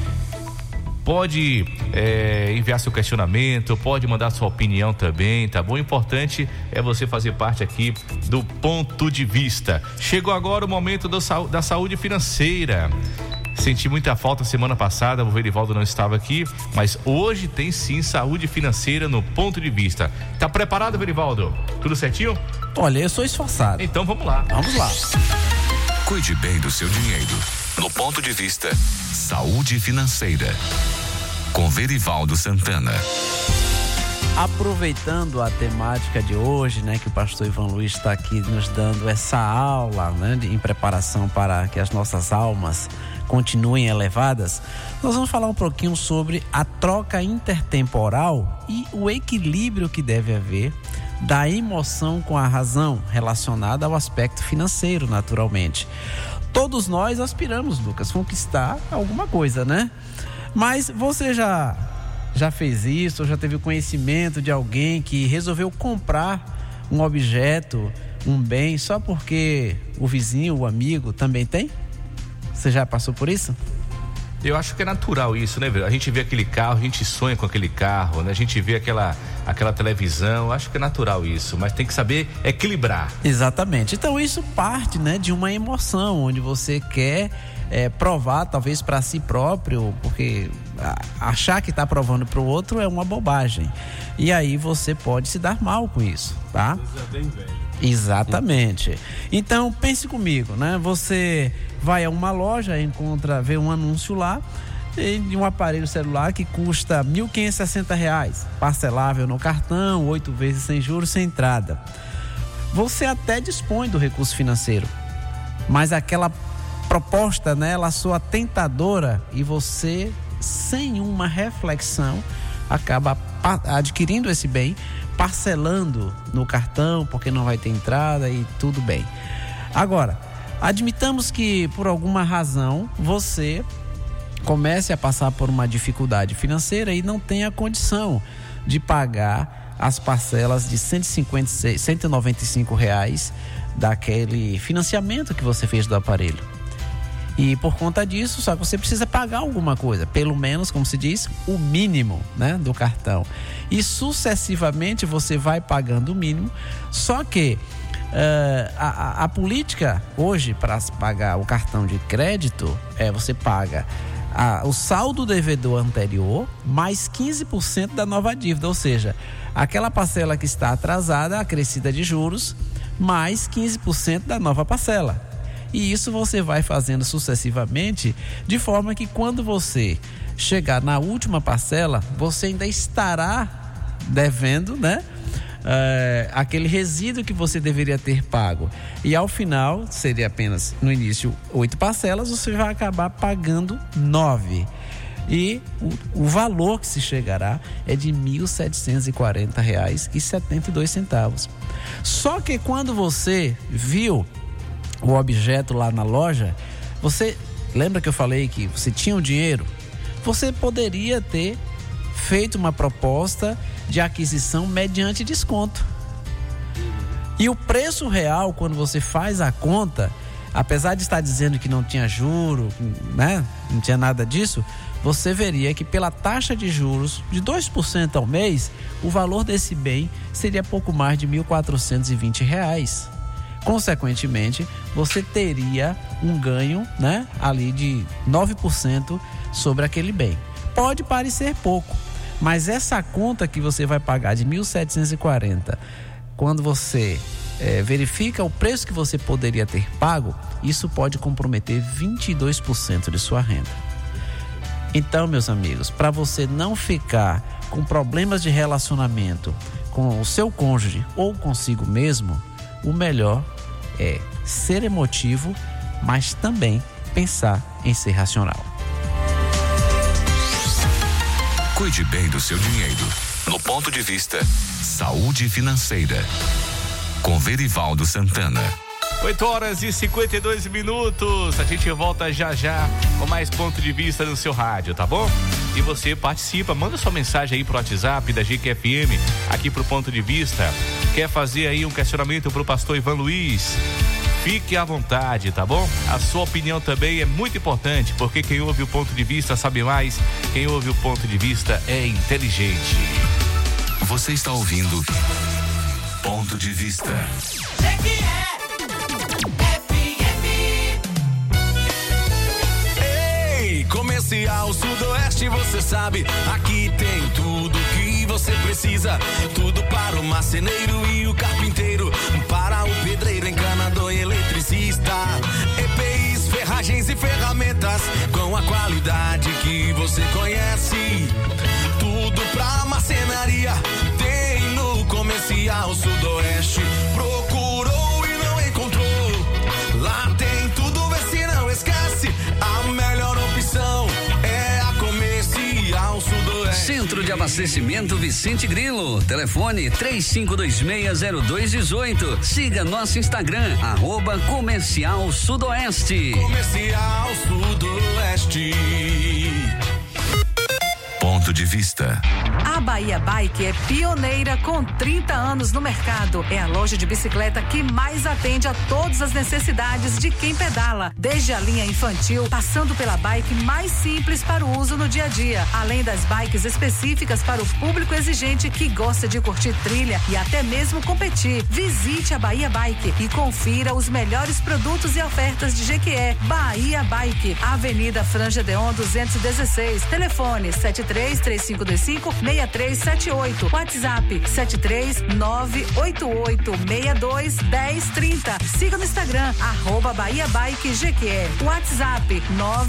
Pode enviar seu questionamento, pode mandar sua opinião também, tá bom? O importante é você fazer parte aqui do ponto de vista. Chegou agora o momento da saúde financeira. Senti muita falta semana passada, o Verivaldo não estava aqui, mas hoje tem sim saúde financeira no ponto de vista. Tá preparado, Verivaldo? Tudo certinho? Olha, eu sou esforçado. Então vamos lá. Vamos lá. Cuide bem do seu dinheiro. No ponto de vista saúde financeira, com Verivaldo Santana. Aproveitando a temática de hoje, né, que o pastor Ivan Luiz está aqui nos dando essa aula, né, em preparação para que as nossas almas continuem elevadas, nós vamos falar um pouquinho sobre a troca intertemporal e o equilíbrio que deve haver da emoção com a razão relacionada ao aspecto financeiro, naturalmente. Todos nós aspiramos, Lucas, conquistar alguma coisa, né? Mas você já fez isso, ou já teve o conhecimento de alguém que resolveu comprar um objeto, um bem, só porque o vizinho, o amigo também tem? Você já passou por isso? Eu acho que é natural isso, né, velho? A gente vê aquele carro, a gente sonha com aquele carro, né? A gente vê aquela televisão, eu acho que é natural isso, mas tem que saber equilibrar. Exatamente. Então isso parte, né, de uma emoção, onde você quer provar, talvez para si próprio, porque achar que está provando para o outro é uma bobagem. E aí você pode se dar mal com isso, tá? Exatamente. Então pense comigo, né? Você vai a uma loja, vê um anúncio lá de um aparelho celular que custa R$ 1.560, parcelável no cartão, 8 vezes sem juros, sem entrada. Você até dispõe do recurso financeiro, mas aquela proposta, né, ela soa tentadora e você, sem uma reflexão, acaba adquirindo esse bem, parcelando no cartão, porque não vai ter entrada e tudo bem. Agora, admitamos que por alguma razão você comece a passar por uma dificuldade financeira e não tenha condição de pagar as parcelas de R$ 195 daquele financiamento que você fez do aparelho. E por conta disso, só que você precisa pagar alguma coisa, pelo menos, como se diz, o mínimo, né, do cartão. E sucessivamente você vai pagando o mínimo, só que a política hoje para pagar o cartão de crédito você paga o saldo devedor anterior mais 15% da nova dívida, ou seja, aquela parcela que está atrasada, acrescida de juros, mais 15% da nova parcela. E isso você vai fazendo sucessivamente, de forma que quando você chegar na última parcela, você ainda estará devendo, né? Aquele resíduo que você deveria ter pago. E ao final, seria apenas no início 8 parcelas, você vai acabar pagando 9. E o valor que se chegará é de R$ 1.740,72. Só que quando você viu o objeto lá na loja, você lembra que eu falei que você tinha o dinheiro? Você poderia ter feito uma proposta de aquisição mediante desconto. E o preço real, quando você faz a conta, apesar de estar dizendo que não tinha juro, né? Não tinha nada disso, você veria que pela taxa de juros de 2% ao mês, o valor desse bem seria pouco mais de R$ 1.420. Consequentemente, você teria um ganho, né, ali de 9% sobre aquele bem. Pode parecer pouco, mas essa conta que você vai pagar de 1.740, quando você verifica o preço que você poderia ter pago, isso pode comprometer 22% de sua renda. Então, meus amigos, para você não ficar com problemas de relacionamento com o seu cônjuge ou consigo mesmo, o melhor é ser emotivo, mas também pensar em ser racional. Cuide bem do seu dinheiro. No Ponto de Vista, saúde financeira. Com Verivaldo Santana. 8h52. A gente volta já com mais Ponto de Vista no seu rádio, tá bom? E você participa, manda sua mensagem aí pro WhatsApp da GQFM, aqui pro Ponto de Vista. Quer fazer aí um questionamento pro pastor Ivan Luiz? Fique à vontade, tá bom? A sua opinião também é muito importante, porque quem ouve o Ponto de Vista sabe mais, quem ouve o Ponto de Vista é inteligente. Você está ouvindo Ponto de Vista. Ei, Comercial Sudoeste, você sabe, aqui tem tudo que você precisa. Tudo para o marceneiro e o carpinteiro, para o pedreiro, encanador e eletricista. EPIs, ferragens e ferramentas com a qualidade que você conhece. Tudo pra marcenaria tem no Comercial Sudoeste. Procurou e não encontrou, lá tem tudo, vê se não esquece. A melhor opção é a Comercial Sudoeste. Centro de Abastecimento Vicente Grilo. Telefone 35260218. Siga nosso Instagram, @Comercial Sudoeste. Comercial Sudoeste. Ponto de Vista. A Bahia Bike é pioneira com 30 anos no mercado. É a loja de bicicleta que mais atende a todas as necessidades de quem pedala, desde a linha infantil, passando pela bike mais simples para o uso no dia a dia, além das bikes específicas para o público exigente que gosta de curtir trilha e até mesmo competir. Visite a Bahia Bike e confira os melhores produtos e ofertas de GQE. Bahia Bike, Avenida Franja Deon 216. Telefone 7335256378. WhatsApp 73988621030. Siga no Instagram @Bahia Bike GQE. WhatsApp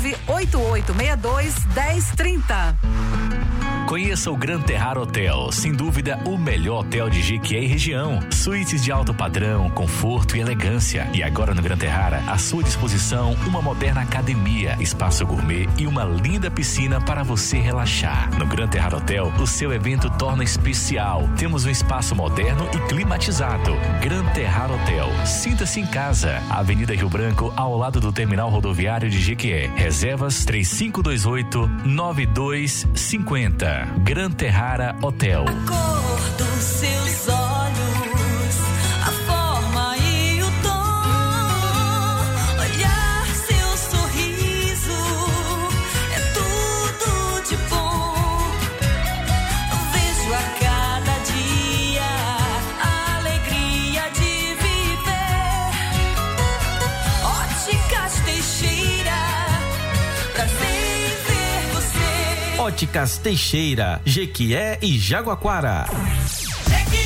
988621030. Conheça o Gran Terrar Hotel, sem dúvida o melhor hotel de Jequié e região. Suítes de alto padrão, conforto e elegância. E agora no Gran Terrar, à sua disposição, uma moderna academia, espaço gourmet e uma linda piscina para você relaxar. No Gran Terrar Hotel, o seu evento torna especial. Temos um espaço moderno e climatizado. Gran Terrar Hotel. Sinta-se em casa. Avenida Rio Branco, ao lado do terminal rodoviário de Jequié. Reservas 3528-9250. Gran Terrara Hotel. A cor dos seus olhos, a forma e o tom, olhar seu sorriso, é tudo de bom. Vejo a cada dia a alegria de viver. Óticas Teixeira, prazer em ver você. Óticas Teixeira, Jequié e Jaguaquara.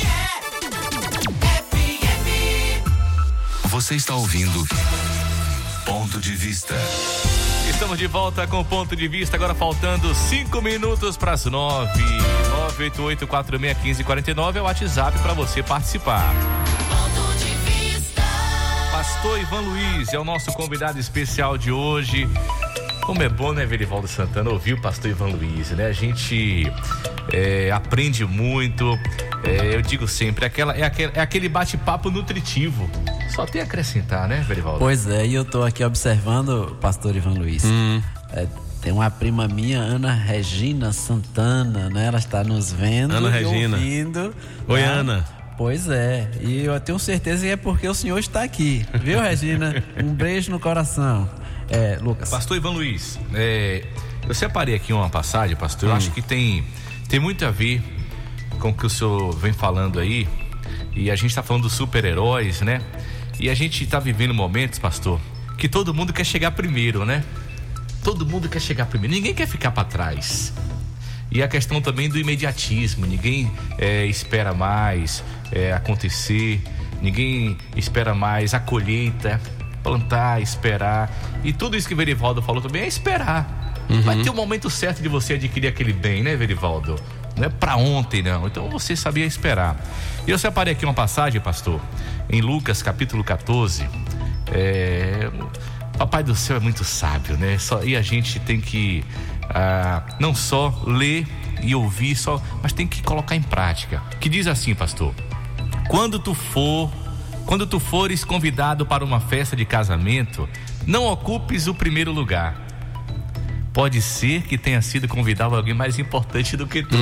Você está ouvindo Ponto de Vista. Estamos de volta com o Ponto de Vista, agora faltando 5 minutos para as 9. 988-461549 é o WhatsApp para você participar. Ponto de Vista. Pastor Ivan Luiz é o nosso convidado especial de hoje. Como é bom, né, Verivaldo Santana, ouvir o pastor Ivan Luiz, né? A gente aprende muito. Eu digo sempre, é aquele bate-papo nutritivo. Só tem a acrescentar, né, Verivaldo? Pois é, e eu tô aqui observando o pastor Ivan Luiz. Tem uma prima minha, Ana Regina Santana, né? Ela está nos vendo Ana Regina. Ouvindo. Oi, Tá? Ana. Pois é, e eu tenho certeza que é porque o senhor está aqui, viu, Regina? Um beijo no coração. Lucas. Pastor Ivan Luiz, eu separei aqui uma passagem, pastor, eu acho que tem muito a ver com o que o senhor vem falando aí, e a gente está falando dos super-heróis, né? E a gente está vivendo momentos, pastor, que todo mundo quer chegar primeiro, né? Todo mundo quer chegar primeiro, ninguém quer ficar para trás. E a questão também do imediatismo, ninguém espera mais acontecer, ninguém espera mais a colheita, plantar, esperar. E tudo isso que o Verivaldo falou também é esperar. Vai ter o momento certo de você adquirir aquele bem, né, Verivaldo? Não é pra ontem, não. Então você sabia esperar. E eu separei aqui uma passagem, pastor, em Lucas capítulo 14. Papai do céu é muito sábio, né? E a gente tem que não só ler e ouvir, mas tem que colocar em prática. Que diz assim, pastor: quando tu fores convidado para uma festa de casamento, não ocupes o primeiro lugar. Pode ser que tenha sido convidado alguém mais importante do que tu.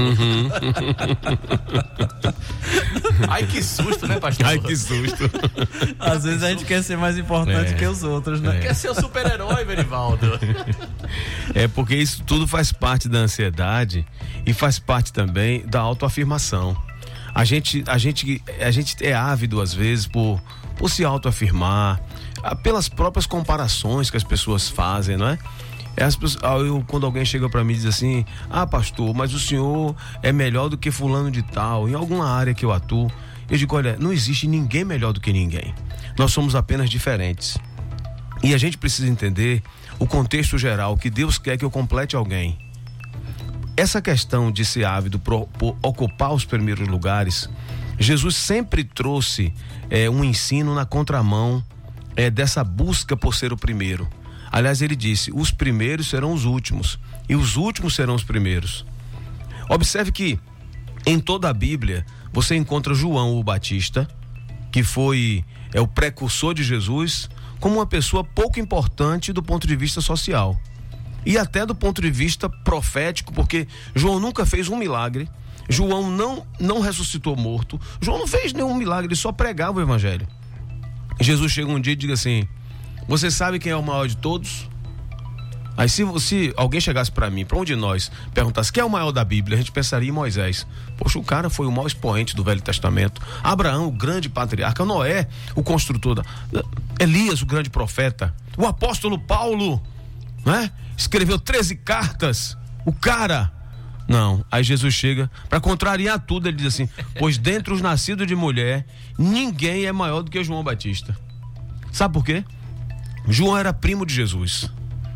Ai, que susto, né, pastor? Ai, que susto. Às vezes a gente quer ser mais importante que os outros, né? Quer ser o super-herói, Verivaldo. Porque isso tudo faz parte da ansiedade e faz parte também da autoafirmação. A gente é ávido às vezes por se autoafirmar, pelas próprias comparações que as pessoas fazem, não é? Quando alguém chega para mim e diz assim: pastor, mas o senhor é melhor do que fulano de tal, em alguma área que eu atuo. Eu digo: olha, não existe ninguém melhor do que ninguém. Nós somos apenas diferentes. E a gente precisa entender o contexto geral, que Deus quer que eu complete alguém. Essa questão de ser ávido por ocupar os primeiros lugares, Jesus sempre trouxe um ensino na contramão dessa busca por ser o primeiro. Aliás, ele disse: os primeiros serão os últimos e os últimos serão os primeiros. Observe que em toda a Bíblia você encontra João o Batista, que foi o precursor de Jesus, como uma pessoa pouco importante do ponto de vista social e até do ponto de vista profético, porque João nunca fez um milagre, João não ressuscitou morto, João não fez nenhum milagre, ele só pregava o evangelho. Jesus chega um dia e diz assim: você sabe quem é o maior de todos? Aí se alguém chegasse para mim, para um de nós, perguntasse quem é o maior da Bíblia, a gente pensaria em Moisés. Poxa, o cara foi o maior expoente do Velho Testamento. Abraão, o grande patriarca. Noé, o construtor. Elias, o grande profeta. O apóstolo Paulo, né? Escreveu 13 cartas. O cara. Não, aí Jesus chega, para contrariar tudo, ele diz assim: pois dentre os nascidos de mulher, ninguém é maior do que João Batista. Sabe por quê? João era primo de Jesus.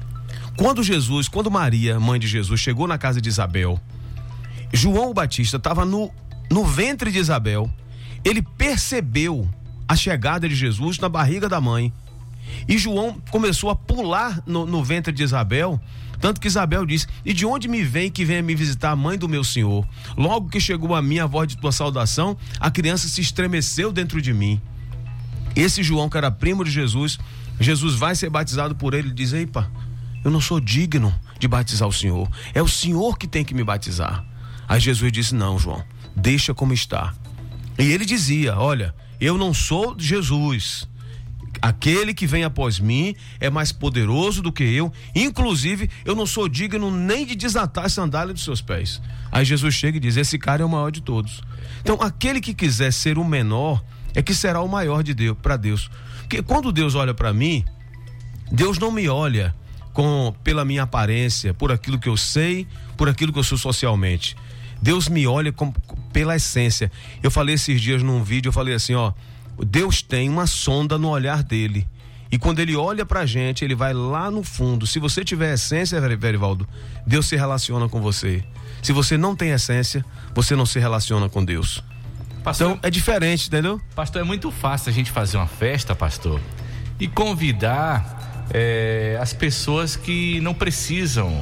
Quando Maria, mãe de Jesus, chegou na casa de Isabel, João Batista estava no ventre de Isabel. Ele percebeu a chegada de Jesus na barriga da mãe. E João começou a pular no ventre de Isabel, tanto que Isabel disse: e de onde me vem que venha me visitar a mãe do meu Senhor? Logo que chegou a mim a voz de tua saudação, a criança se estremeceu dentro de mim. Esse João, que era primo de Jesus vai ser batizado por ele, diz: epa, eu não sou digno de batizar o Senhor, é o Senhor que tem que me batizar. Aí Jesus disse: não, João, deixa como está. E ele dizia: olha, eu não sou Jesus, aquele que vem após mim é mais poderoso do que eu, inclusive eu não sou digno nem de desatar a sandália dos seus pés. Aí Jesus chega e diz: esse cara é o maior de todos. Então aquele que quiser ser o menor é que será o maior de Deus, para Deus. Porque quando Deus olha para mim, Deus não me olha pela minha aparência, por aquilo que eu sei, por aquilo que eu sou socialmente. Deus me olha pela essência. Eu falei esses dias num vídeo, eu falei assim: Deus tem uma sonda no olhar dele, E quando ele olha pra gente, ele vai lá no fundo. Se você tiver essência, Verivaldo, Deus se relaciona com você. Se você não tem essência, você não se relaciona com Deus. Pastor, então é diferente, entendeu? Pastor, é muito fácil a gente fazer uma festa, pastor, e convidar as pessoas que não precisam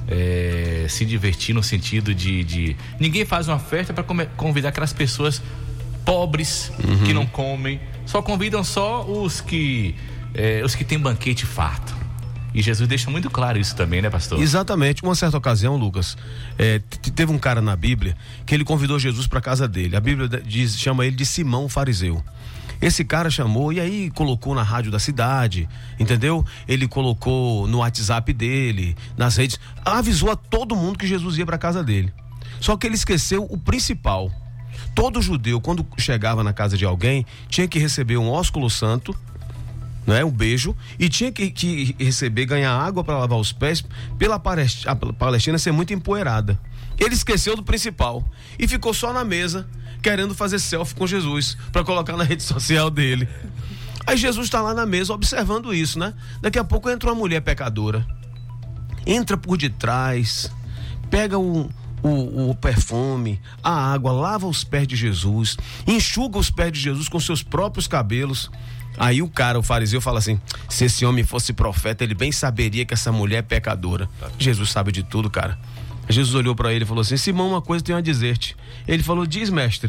se divertir, no sentido de ninguém faz uma festa para convidar aquelas pessoas pobres que não comem. Só convidam só os que têm banquete farto. E Jesus deixa muito claro isso também, né, pastor? Exatamente. Uma certa ocasião, Lucas, teve um cara na Bíblia que ele convidou Jesus para casa dele. A Bíblia chama ele de Simão o fariseu. Esse cara chamou e aí colocou na rádio da cidade, entendeu? Ele colocou no WhatsApp dele, nas redes, avisou a todo mundo que Jesus ia para casa dele. Só que ele esqueceu o principal. Todo judeu, quando chegava na casa de alguém, tinha que receber um ósculo santo, né, um beijo, e tinha que receber, ganhar água para lavar os pés, pela Palestina ser muito empoeirada. Ele esqueceu do principal e ficou só na mesa, querendo fazer selfie com Jesus, para colocar na rede social dele. Aí Jesus está lá na mesa observando isso, né? Daqui a pouco entra uma mulher pecadora, entra por detrás, pega o perfume, a água, lava os pés de Jesus, enxuga os pés de Jesus com seus próprios cabelos. Aí o fariseu fala assim: se esse homem fosse profeta, ele bem saberia que essa mulher é pecadora. Jesus sabe de tudo, cara. Jesus olhou para ele e falou assim: Simão, uma coisa tenho a dizer-te. Ele falou: diz, mestre.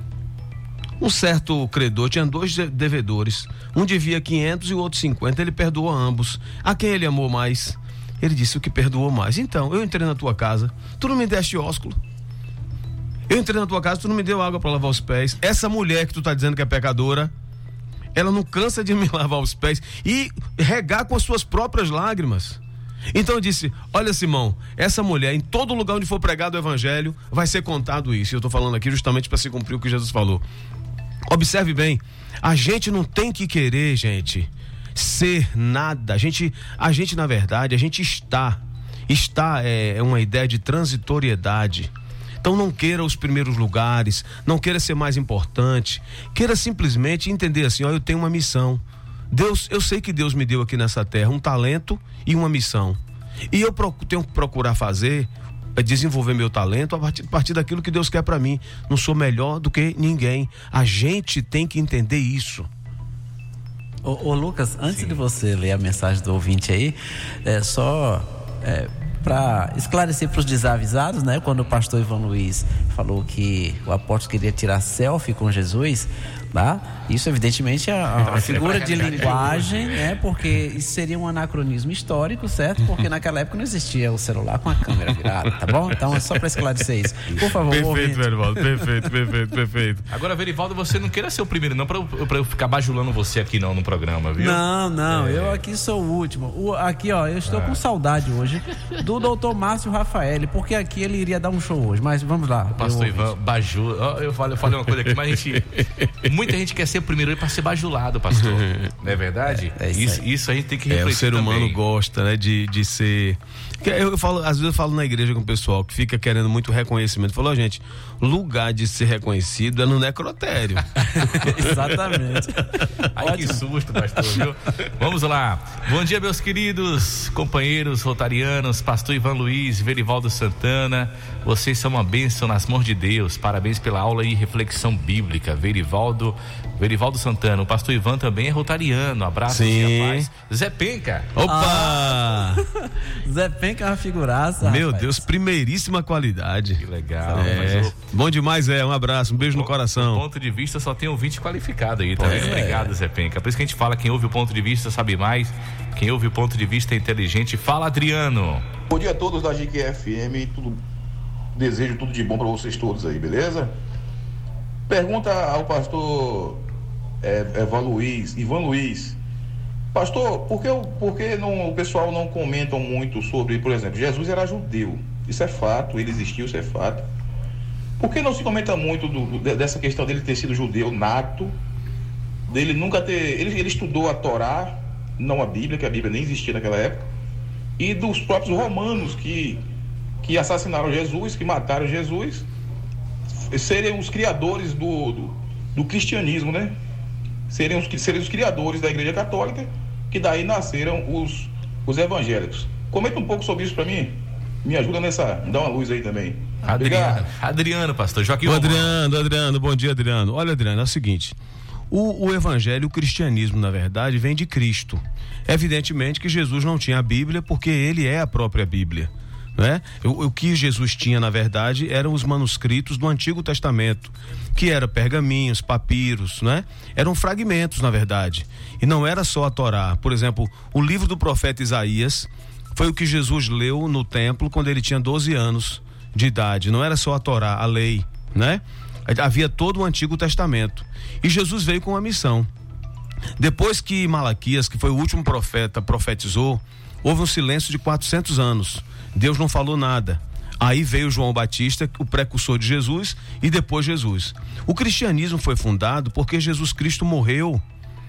Um certo credor tinha 2 devedores, um devia 500 e o outro 50, ele perdoou a ambos. A quem ele amou mais? Ele disse: o que perdoou mais. Então, eu entrei na tua casa, tu não me deste ósculo. Eu entrei na tua casa, tu não me deu água para lavar os pés. Essa mulher que tu tá dizendo que é pecadora, ela não cansa de me lavar os pés e regar com as suas próprias lágrimas. Então eu disse: olha, Simão, essa mulher, em todo lugar onde for pregado o evangelho, vai ser contado isso. E eu estou falando aqui justamente para se cumprir o que Jesus falou. Observe bem, a gente não tem que querer, gente, ser nada. A gente na verdade, a gente está é uma ideia de transitoriedade. Então não queira os primeiros lugares, não queira ser mais importante, queira simplesmente entender assim: ó, eu tenho uma missão. Eu sei que Deus me deu aqui nessa terra um talento e uma missão. E eu tenho que procurar desenvolver meu talento a partir daquilo que Deus quer para mim. Não sou melhor do que ninguém. A gente tem que entender isso. Ô Lucas, antes de você ler a mensagem do ouvinte aí, para esclarecer para os desavisados, né? Quando o pastor Ivan Luiz falou que o apóstolo queria tirar selfie com Jesus, tá? Isso evidentemente é uma figura de linguagem, né? Porque isso seria um anacronismo histórico, certo? Porque naquela época não existia o celular com a câmera virada, tá bom? Então é só para esclarecer isso. Por favor. Perfeito, Verivaldo, perfeito. Agora, Verivaldo, você não queira ser o primeiro não, para eu ficar bajulando você aqui não no programa, viu? Não, eu aqui sou o último. Aqui, ó, eu estou com saudade hoje do doutor Márcio Rafael, porque aqui ele iria dar um show hoje, mas vamos lá. O pastor Ivan bajula. Eu falei uma coisa aqui, mas muita gente quer ser o primeiro para ser bajulado, pastor. Não é verdade? Isso a gente tem que refletir. O ser humano também gosta, né, de ser. Às vezes eu falo na igreja com o pessoal que fica querendo muito reconhecimento. Falou, gente, lugar de ser reconhecido é no necrotério. Exatamente. Ai, que susto, pastor, viu? Vamos lá. Bom dia, meus queridos companheiros rotarianos, pastor Ivan Luiz, Verivaldo Santana. Vocês são uma bênção nas mãos de Deus. Parabéns pela aula e reflexão bíblica. Verivaldo Santana. O pastor Ivan também é rotariano. Abraço e paz. Zé Penca. Opa! Zé Penca é uma figuraça. Meu rapaz. Deus, primeiríssima qualidade. Que legal. Bom demais, um abraço, um beijo no coração. Do ponto de vista só tem ouvinte qualificado aí, tá vendo? Obrigado, Zé Penca. Por isso que a gente fala, quem ouve o ponto de vista sabe mais, quem ouve o ponto de vista é inteligente. Fala, Adriano. Bom dia a todos da GQFM, desejo tudo de bom para vocês todos aí, beleza? Pergunta ao pastor Ivan Luiz. Pastor, por que o pessoal não comenta muito sobre, por exemplo, Jesus era judeu, isso é fato, ele existiu, isso é fato. Por que não se comenta muito dessa questão dele ter sido judeu nato, dele nunca ter... Ele estudou a Torá, não a Bíblia, que a Bíblia nem existia naquela época, e dos próprios romanos que assassinaram Jesus, que mataram Jesus, serem os criadores do cristianismo, né? Serem os criadores da Igreja Católica, que daí nasceram os evangélicos. Comenta um pouco sobre isso para mim. Me ajuda nessa, me dá uma luz aí também. Adriano, pastor Joaquim. Adriano, bom dia, Adriano. Olha, Adriano, é o seguinte, o evangelho, o cristianismo, na verdade, vem de Cristo. Evidentemente que Jesus não tinha a Bíblia, porque ele é a própria Bíblia, né? O que Jesus tinha, na verdade, eram os manuscritos do Antigo Testamento, que eram pergaminhos, papiros, né? Eram fragmentos, na verdade, e não era só a Torá. Por exemplo, o livro do profeta Isaías foi o que Jesus leu no templo quando ele tinha 12 anos de idade. Não era só a Torá, a lei, né? Havia todo o Antigo Testamento, e Jesus veio com uma missão. Depois que Malaquias, que foi o último profeta, profetizou, houve um silêncio de 400 anos. Deus não falou nada. Aí veio João Batista, o precursor de Jesus, e depois Jesus. O cristianismo foi fundado porque Jesus Cristo morreu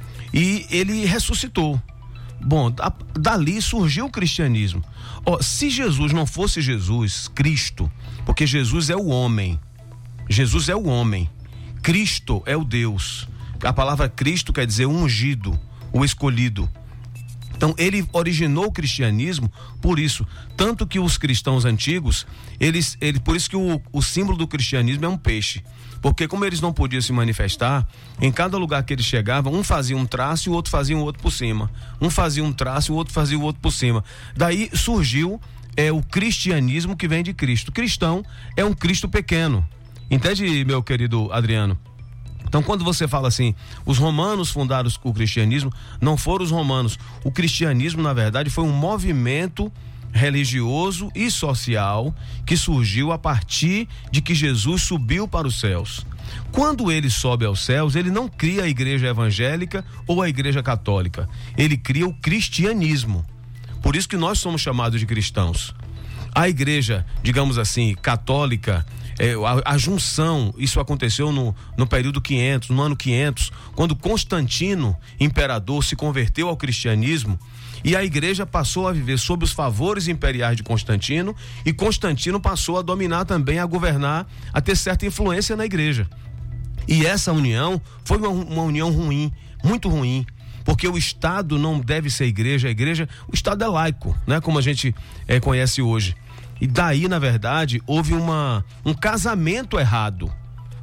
e ele ressuscitou. Bom, dali surgiu o cristianismo. Se Jesus não fosse Jesus, Cristo, porque Jesus é o homem, Jesus é o homem, Cristo é o Deus. A palavra Cristo quer dizer ungido, o escolhido. Então ele originou o cristianismo por isso, tanto que os cristãos antigos, por isso que o símbolo do cristianismo é um peixe, porque como eles não podiam se manifestar, em cada lugar que eles chegavam, um fazia um traço e o outro fazia o outro por cima, um fazia um traço e o outro fazia o outro por cima. Daí surgiu o cristianismo, que vem de Cristo. Cristão é um Cristo pequeno, entende, meu querido Adriano? Então, quando você fala assim, os romanos fundaram o cristianismo, não foram os romanos. O cristianismo, na verdade, foi um movimento religioso e social que surgiu a partir de que Jesus subiu para os céus. Quando ele sobe aos céus, ele não cria a igreja evangélica ou a igreja católica. Ele cria o cristianismo. Por isso que nós somos chamados de cristãos. A igreja, digamos assim, católica, a junção, isso aconteceu no período 500, no ano 500, quando Constantino, imperador, se converteu ao cristianismo, e a igreja passou a viver sob os favores imperiais de Constantino, e Constantino passou a dominar também, a governar, a ter certa influência na igreja. E essa união foi uma união ruim, muito ruim, porque o Estado não deve ser igreja, o Estado é laico, né? Como a gente conhece hoje. E daí, na verdade, houve um casamento errado.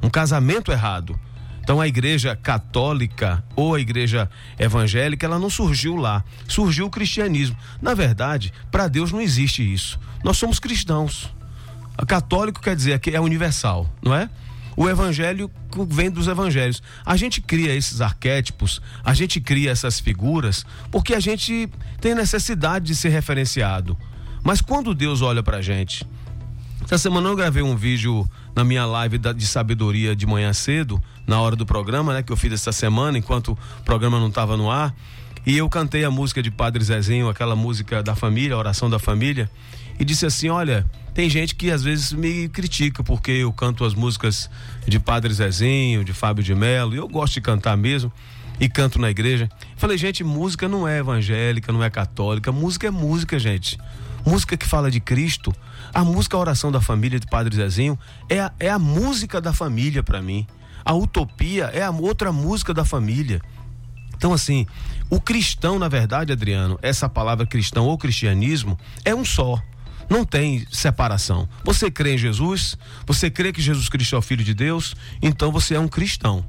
Então a igreja católica ou a igreja evangélica, ela não surgiu lá. Surgiu o cristianismo. Na verdade, para Deus não existe isso. Nós somos cristãos. A católico quer dizer que é universal, não é? O evangelho vem dos evangelhos. A gente cria esses arquétipos, a gente cria essas figuras, porque a gente tem necessidade de ser referenciado. Mas quando Deus olha pra gente, essa semana eu gravei um vídeo na minha live de sabedoria de manhã cedo, na hora do programa, né, que eu fiz essa semana, enquanto o programa não estava no ar, e eu cantei a música de Padre Zezinho, aquela música da família, a oração da família, e disse assim, olha, tem gente que às vezes me critica porque eu canto as músicas de Padre Zezinho, de Fábio de Mello, e eu gosto de cantar mesmo, e canto na igreja. Falei, gente, música não é evangélica, não é católica, música é música, gente. Música que fala de Cristo. A música A Oração da Família de Padre Zezinho é a música da família para mim. A Utopia é a outra música da família. Então assim, o cristão, na verdade, Adriano, essa palavra cristão ou cristianismo é um só. Não tem separação. Você crê em Jesus, você crê que Jesus Cristo é o Filho de Deus, então você é um cristão.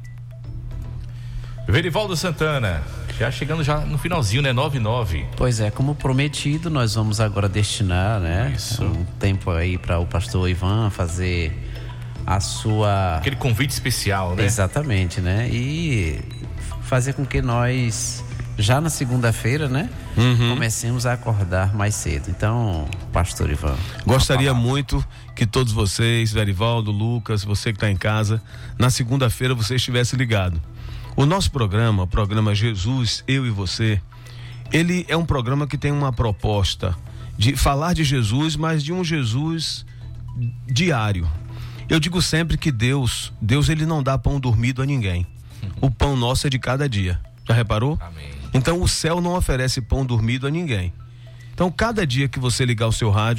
Verivaldo Santana, já chegando já no finalzinho, né? 9:09. Pois é, como prometido, nós vamos agora destinar, né? Isso. Um tempo aí para o pastor Ivan fazer a sua... Aquele convite especial, né? Exatamente, né? E fazer com que nós, já na segunda-feira, né? Comecemos a acordar mais cedo. Então, pastor Ivan. Gostaria muito que todos vocês, Verivaldo, Lucas, você que está em casa, na segunda-feira você estivesse ligado. O nosso programa, o programa Jesus, Eu e Você, ele é um programa que tem uma proposta de falar de Jesus, mas de um Jesus diário. Eu digo sempre que Deus ele não dá pão dormido a ninguém. O pão nosso é de cada dia. Já reparou? Amém. Então o céu não oferece pão dormido a ninguém. Então cada dia que você ligar o seu rádio,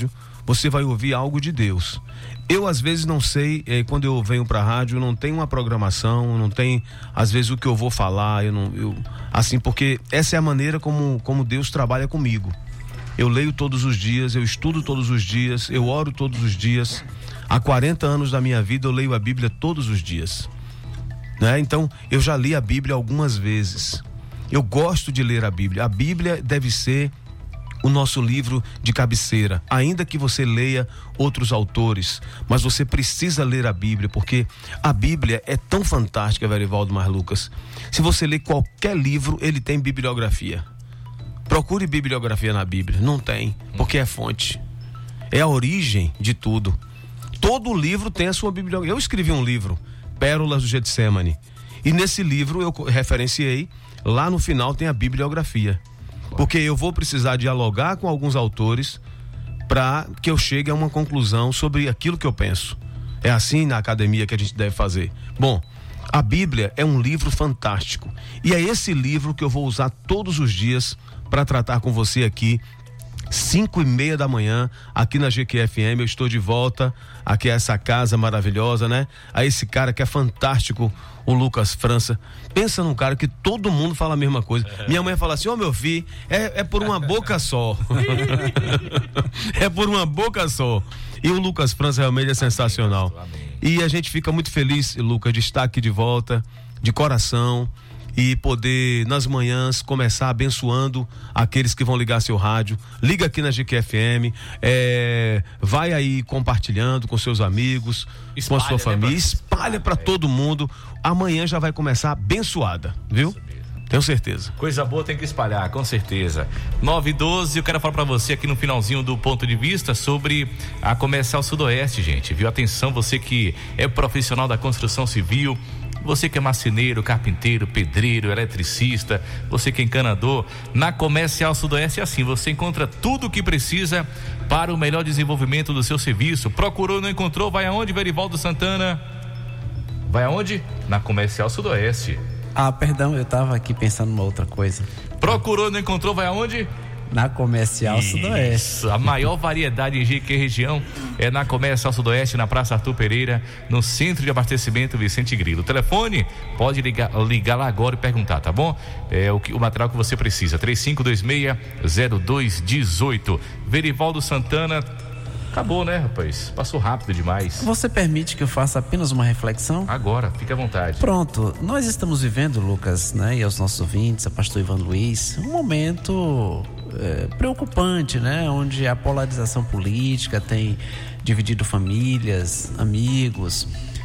você vai ouvir algo de Deus. Eu às vezes não sei, quando eu venho pra rádio, não tem uma programação, não tem às vezes o que eu vou falar, assim, porque essa é a maneira como Deus trabalha comigo. Eu leio todos os dias, eu estudo todos os dias, eu oro todos os dias. Há 40 anos da minha vida eu leio a Bíblia todos os dias, né? Então eu já li a Bíblia algumas vezes. Eu gosto de ler a Bíblia. A Bíblia deve ser o nosso livro de cabeceira, ainda que você leia outros autores, mas você precisa ler a Bíblia, porque a Bíblia é tão fantástica, Verivaldo Mar Lucas. Se você ler qualquer livro, ele tem bibliografia. Procure bibliografia na Bíblia. Não tem, porque é fonte, é a origem de tudo. Todo livro tem a sua bibliografia. Eu escrevi um livro, Pérolas do Getsemane, e nesse livro eu referenciei, lá no final tem a bibliografia, porque eu vou precisar dialogar com alguns autores para que eu chegue a uma conclusão sobre aquilo que eu penso. É assim na academia que a gente deve fazer. Bom, a Bíblia é um livro fantástico, e é esse livro que eu vou usar todos os dias para tratar com você aqui, 5:30 da manhã, aqui na GQFM. Eu estou de volta aqui a essa casa maravilhosa, né? A esse cara que é fantástico, o Lucas França. Pensa num cara que todo mundo fala a mesma coisa. Minha mãe fala assim: ô meu filho, é por uma boca só. É por uma boca só. E o Lucas França realmente é sensacional. E a gente fica muito feliz, Lucas, de estar aqui de volta, de coração, e poder nas manhãs começar abençoando aqueles que vão ligar seu rádio. Liga aqui na GQFM, vai aí compartilhando com seus amigos, com a sua família, espalha para todo mundo. Amanhã já vai começar abençoada, viu? Tenho certeza. Coisa boa tem que espalhar, com certeza. 9:12, eu quero falar pra você aqui no finalzinho do Ponto de Vista sobre a Comercial Sudoeste, gente, viu? Atenção, você que é profissional da construção civil, você que é marceneiro, carpinteiro, pedreiro, eletricista, você que é encanador, na Comercial Sudoeste é assim, você encontra tudo o que precisa para o melhor desenvolvimento do seu serviço. Procurou, não encontrou, vai aonde, Verivaldo Santana? Vai aonde? Na Comercial Sudoeste. Ah, perdão, eu tava aqui pensando numa outra coisa. Procurou, não encontrou, vai aonde? Na Comercial Sudoeste. A maior variedade em GQ região é na Comercial Sudoeste, na Praça Arthur Pereira, no Centro de Abastecimento Vicente Grilo. O telefone, pode ligar lá agora e perguntar, tá bom? É o material que você precisa, 3526-0218. Verivaldo Santana. Acabou, né, rapaz? Passou rápido demais. Você permite que eu faça apenas uma reflexão? Agora, fique à vontade. Pronto, nós estamos vivendo, Lucas, né, e aos nossos ouvintes, a pastor Ivan Luiz, um momento preocupante, né, onde a polarização política tem dividido famílias, amigos,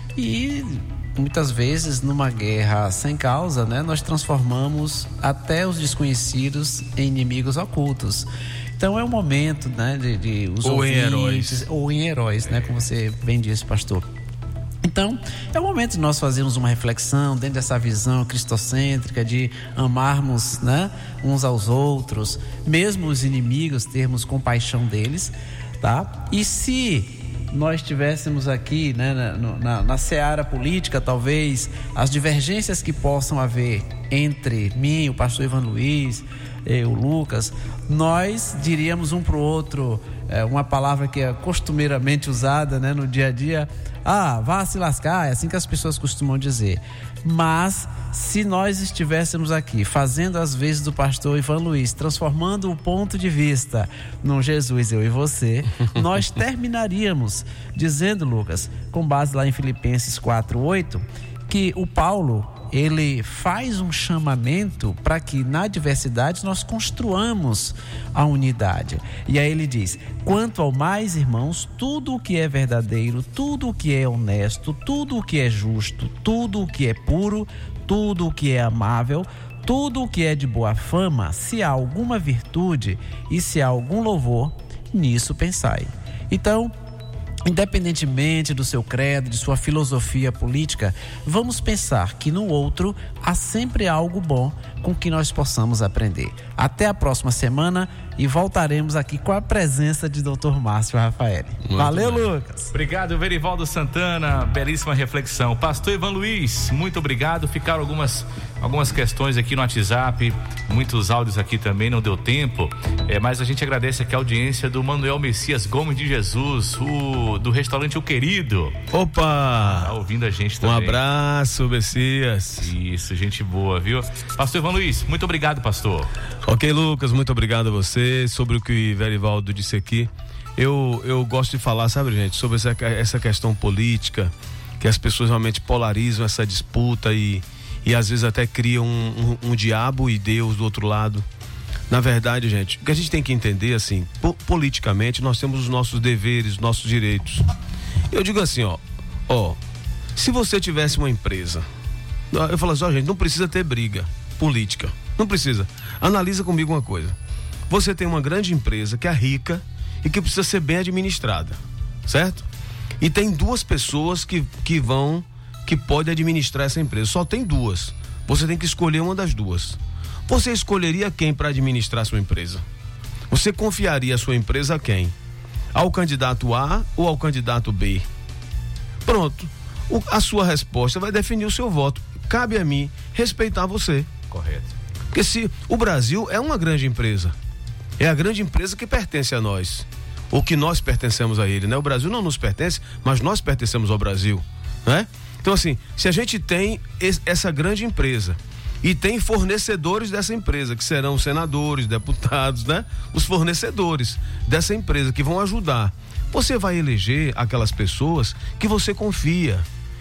e muitas vezes numa guerra sem causa, né, nós transformamos até os desconhecidos em inimigos ocultos. Então é um momento, né, de os ouvintes, ou em heróis, né, como você bem disse, pastor. Então é o momento de nós fazermos uma reflexão dentro dessa visão cristocêntrica de amarmos, né, uns aos outros, mesmo os inimigos, termos compaixão deles, tá? E se nós tivéssemos aqui, né, na seara política, talvez as divergências que possam haver entre mim, o pastor Ivan Luiz, o Lucas, nós diríamos um para o outro uma palavra que é costumeiramente usada, né, no dia a dia: ah, vá se lascar, é assim que as pessoas costumam dizer. Mas se nós estivéssemos aqui fazendo as vezes do pastor Ivan Luiz, transformando o ponto de vista num Jesus, eu e você, nós terminaríamos dizendo, Lucas, com base lá em Filipenses 4:8, que o Paulo, ele faz um chamamento para que na diversidade nós construamos a unidade. E aí ele diz: quanto ao mais, irmãos, tudo o que é verdadeiro, tudo o que é honesto, tudo o que é justo, tudo o que é puro, tudo o que é amável, tudo o que é de boa fama, se há alguma virtude e se há algum louvor, nisso pensai. Então, independentemente do seu credo, de sua filosofia política, vamos pensar que no outro há sempre algo bom com que nós possamos aprender. Até a próxima semana. e voltaremos aqui com a presença de Dr. Márcio Rafael. Valeu, Lucas. Obrigado, Verivaldo Santana, belíssima reflexão. Pastor Ivan Luiz, muito obrigado. Ficaram algumas questões aqui no WhatsApp, muitos áudios aqui também, não deu tempo, mas a gente agradece aqui a audiência do Manuel Messias Gomes de Jesus, do restaurante O Querido. Opa! Tá ouvindo a gente também. Um abraço, Messias. Isso, gente boa, viu? Pastor Ivan Luiz, muito obrigado, pastor. Ok, Lucas, muito obrigado a você. Sobre o que o Verivaldo disse aqui, eu gosto de falar, sabe, gente, sobre essa questão política, que as pessoas realmente polarizam essa disputa e às vezes até criam um diabo e Deus do outro lado. Na verdade, gente, o que a gente tem que entender, assim, politicamente nós temos os nossos deveres, nossos direitos. Eu digo assim, se você tivesse uma empresa, eu falo assim, gente, não precisa ter briga política, não precisa. Analisa comigo uma coisa. Você tem uma grande empresa que é rica e que precisa ser bem administrada, certo? E tem duas pessoas que podem administrar essa empresa. Só tem duas. Você tem que escolher uma das duas. Você escolheria quem para administrar a sua empresa? Você confiaria a sua empresa a quem? Ao candidato A ou ao candidato B? Pronto. A sua resposta vai definir o seu voto. Cabe a mim respeitar você. Correto. Porque se o Brasil é uma grande empresa, é a grande empresa que pertence a nós, ou que nós pertencemos a ele, né? O Brasil não nos pertence, mas nós pertencemos ao Brasil, né? Então, assim, se a gente tem essa grande empresa e tem fornecedores dessa empresa, que serão senadores, deputados, né? Os fornecedores dessa empresa que vão ajudar. Você vai eleger aquelas pessoas que você confia.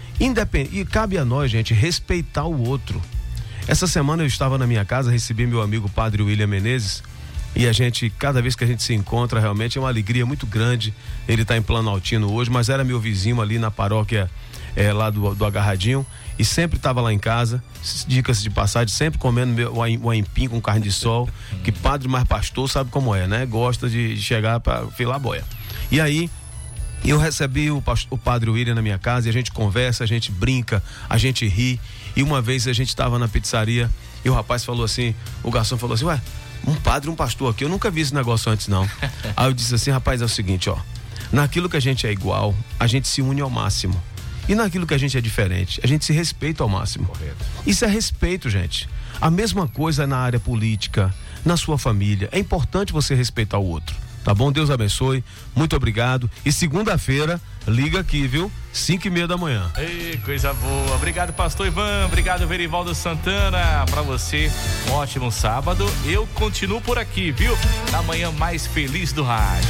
E cabe a nós, gente, respeitar o outro. Essa semana eu estava na minha casa, recebi meu amigo Padre William Menezes, e a gente, cada vez que a gente se encontra, realmente é uma alegria muito grande. Ele está em Planaltino hoje, mas era meu vizinho ali na paróquia lá do Agarradinho, e sempre estava lá em casa, dicas de passagem, sempre comendo o aipim com carne de sol, que padre mais pastor sabe como é, né? Gosta de chegar para filar a boia. E aí, eu recebi o Padre William na minha casa, e a gente conversa, a gente brinca, a gente ri. E uma vez a gente estava na pizzaria e o rapaz falou assim, o garçom falou assim, um padre, um pastor aqui, eu nunca vi esse negócio antes não. Aí eu disse assim, rapaz, é o seguinte, naquilo que a gente é igual, a gente se une ao máximo. E naquilo que a gente é diferente, a gente se respeita ao máximo. Correto. Isso é respeito, gente. A mesma coisa na área política, na sua família. É importante você respeitar o outro. Tá bom? Deus abençoe. Muito obrigado. E segunda-feira, liga aqui, viu? 5:30 da manhã. Ei, coisa boa. Obrigado, pastor Ivan. Obrigado, Verivaldo Santana. Pra você, um ótimo sábado. Eu continuo por aqui, viu? Na manhã mais feliz do rádio.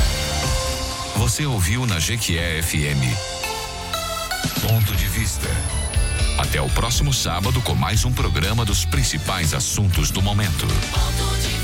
Você ouviu na Jequié FM. Ponto de Vista. Até o próximo sábado com mais um programa dos principais assuntos do momento. Ponto de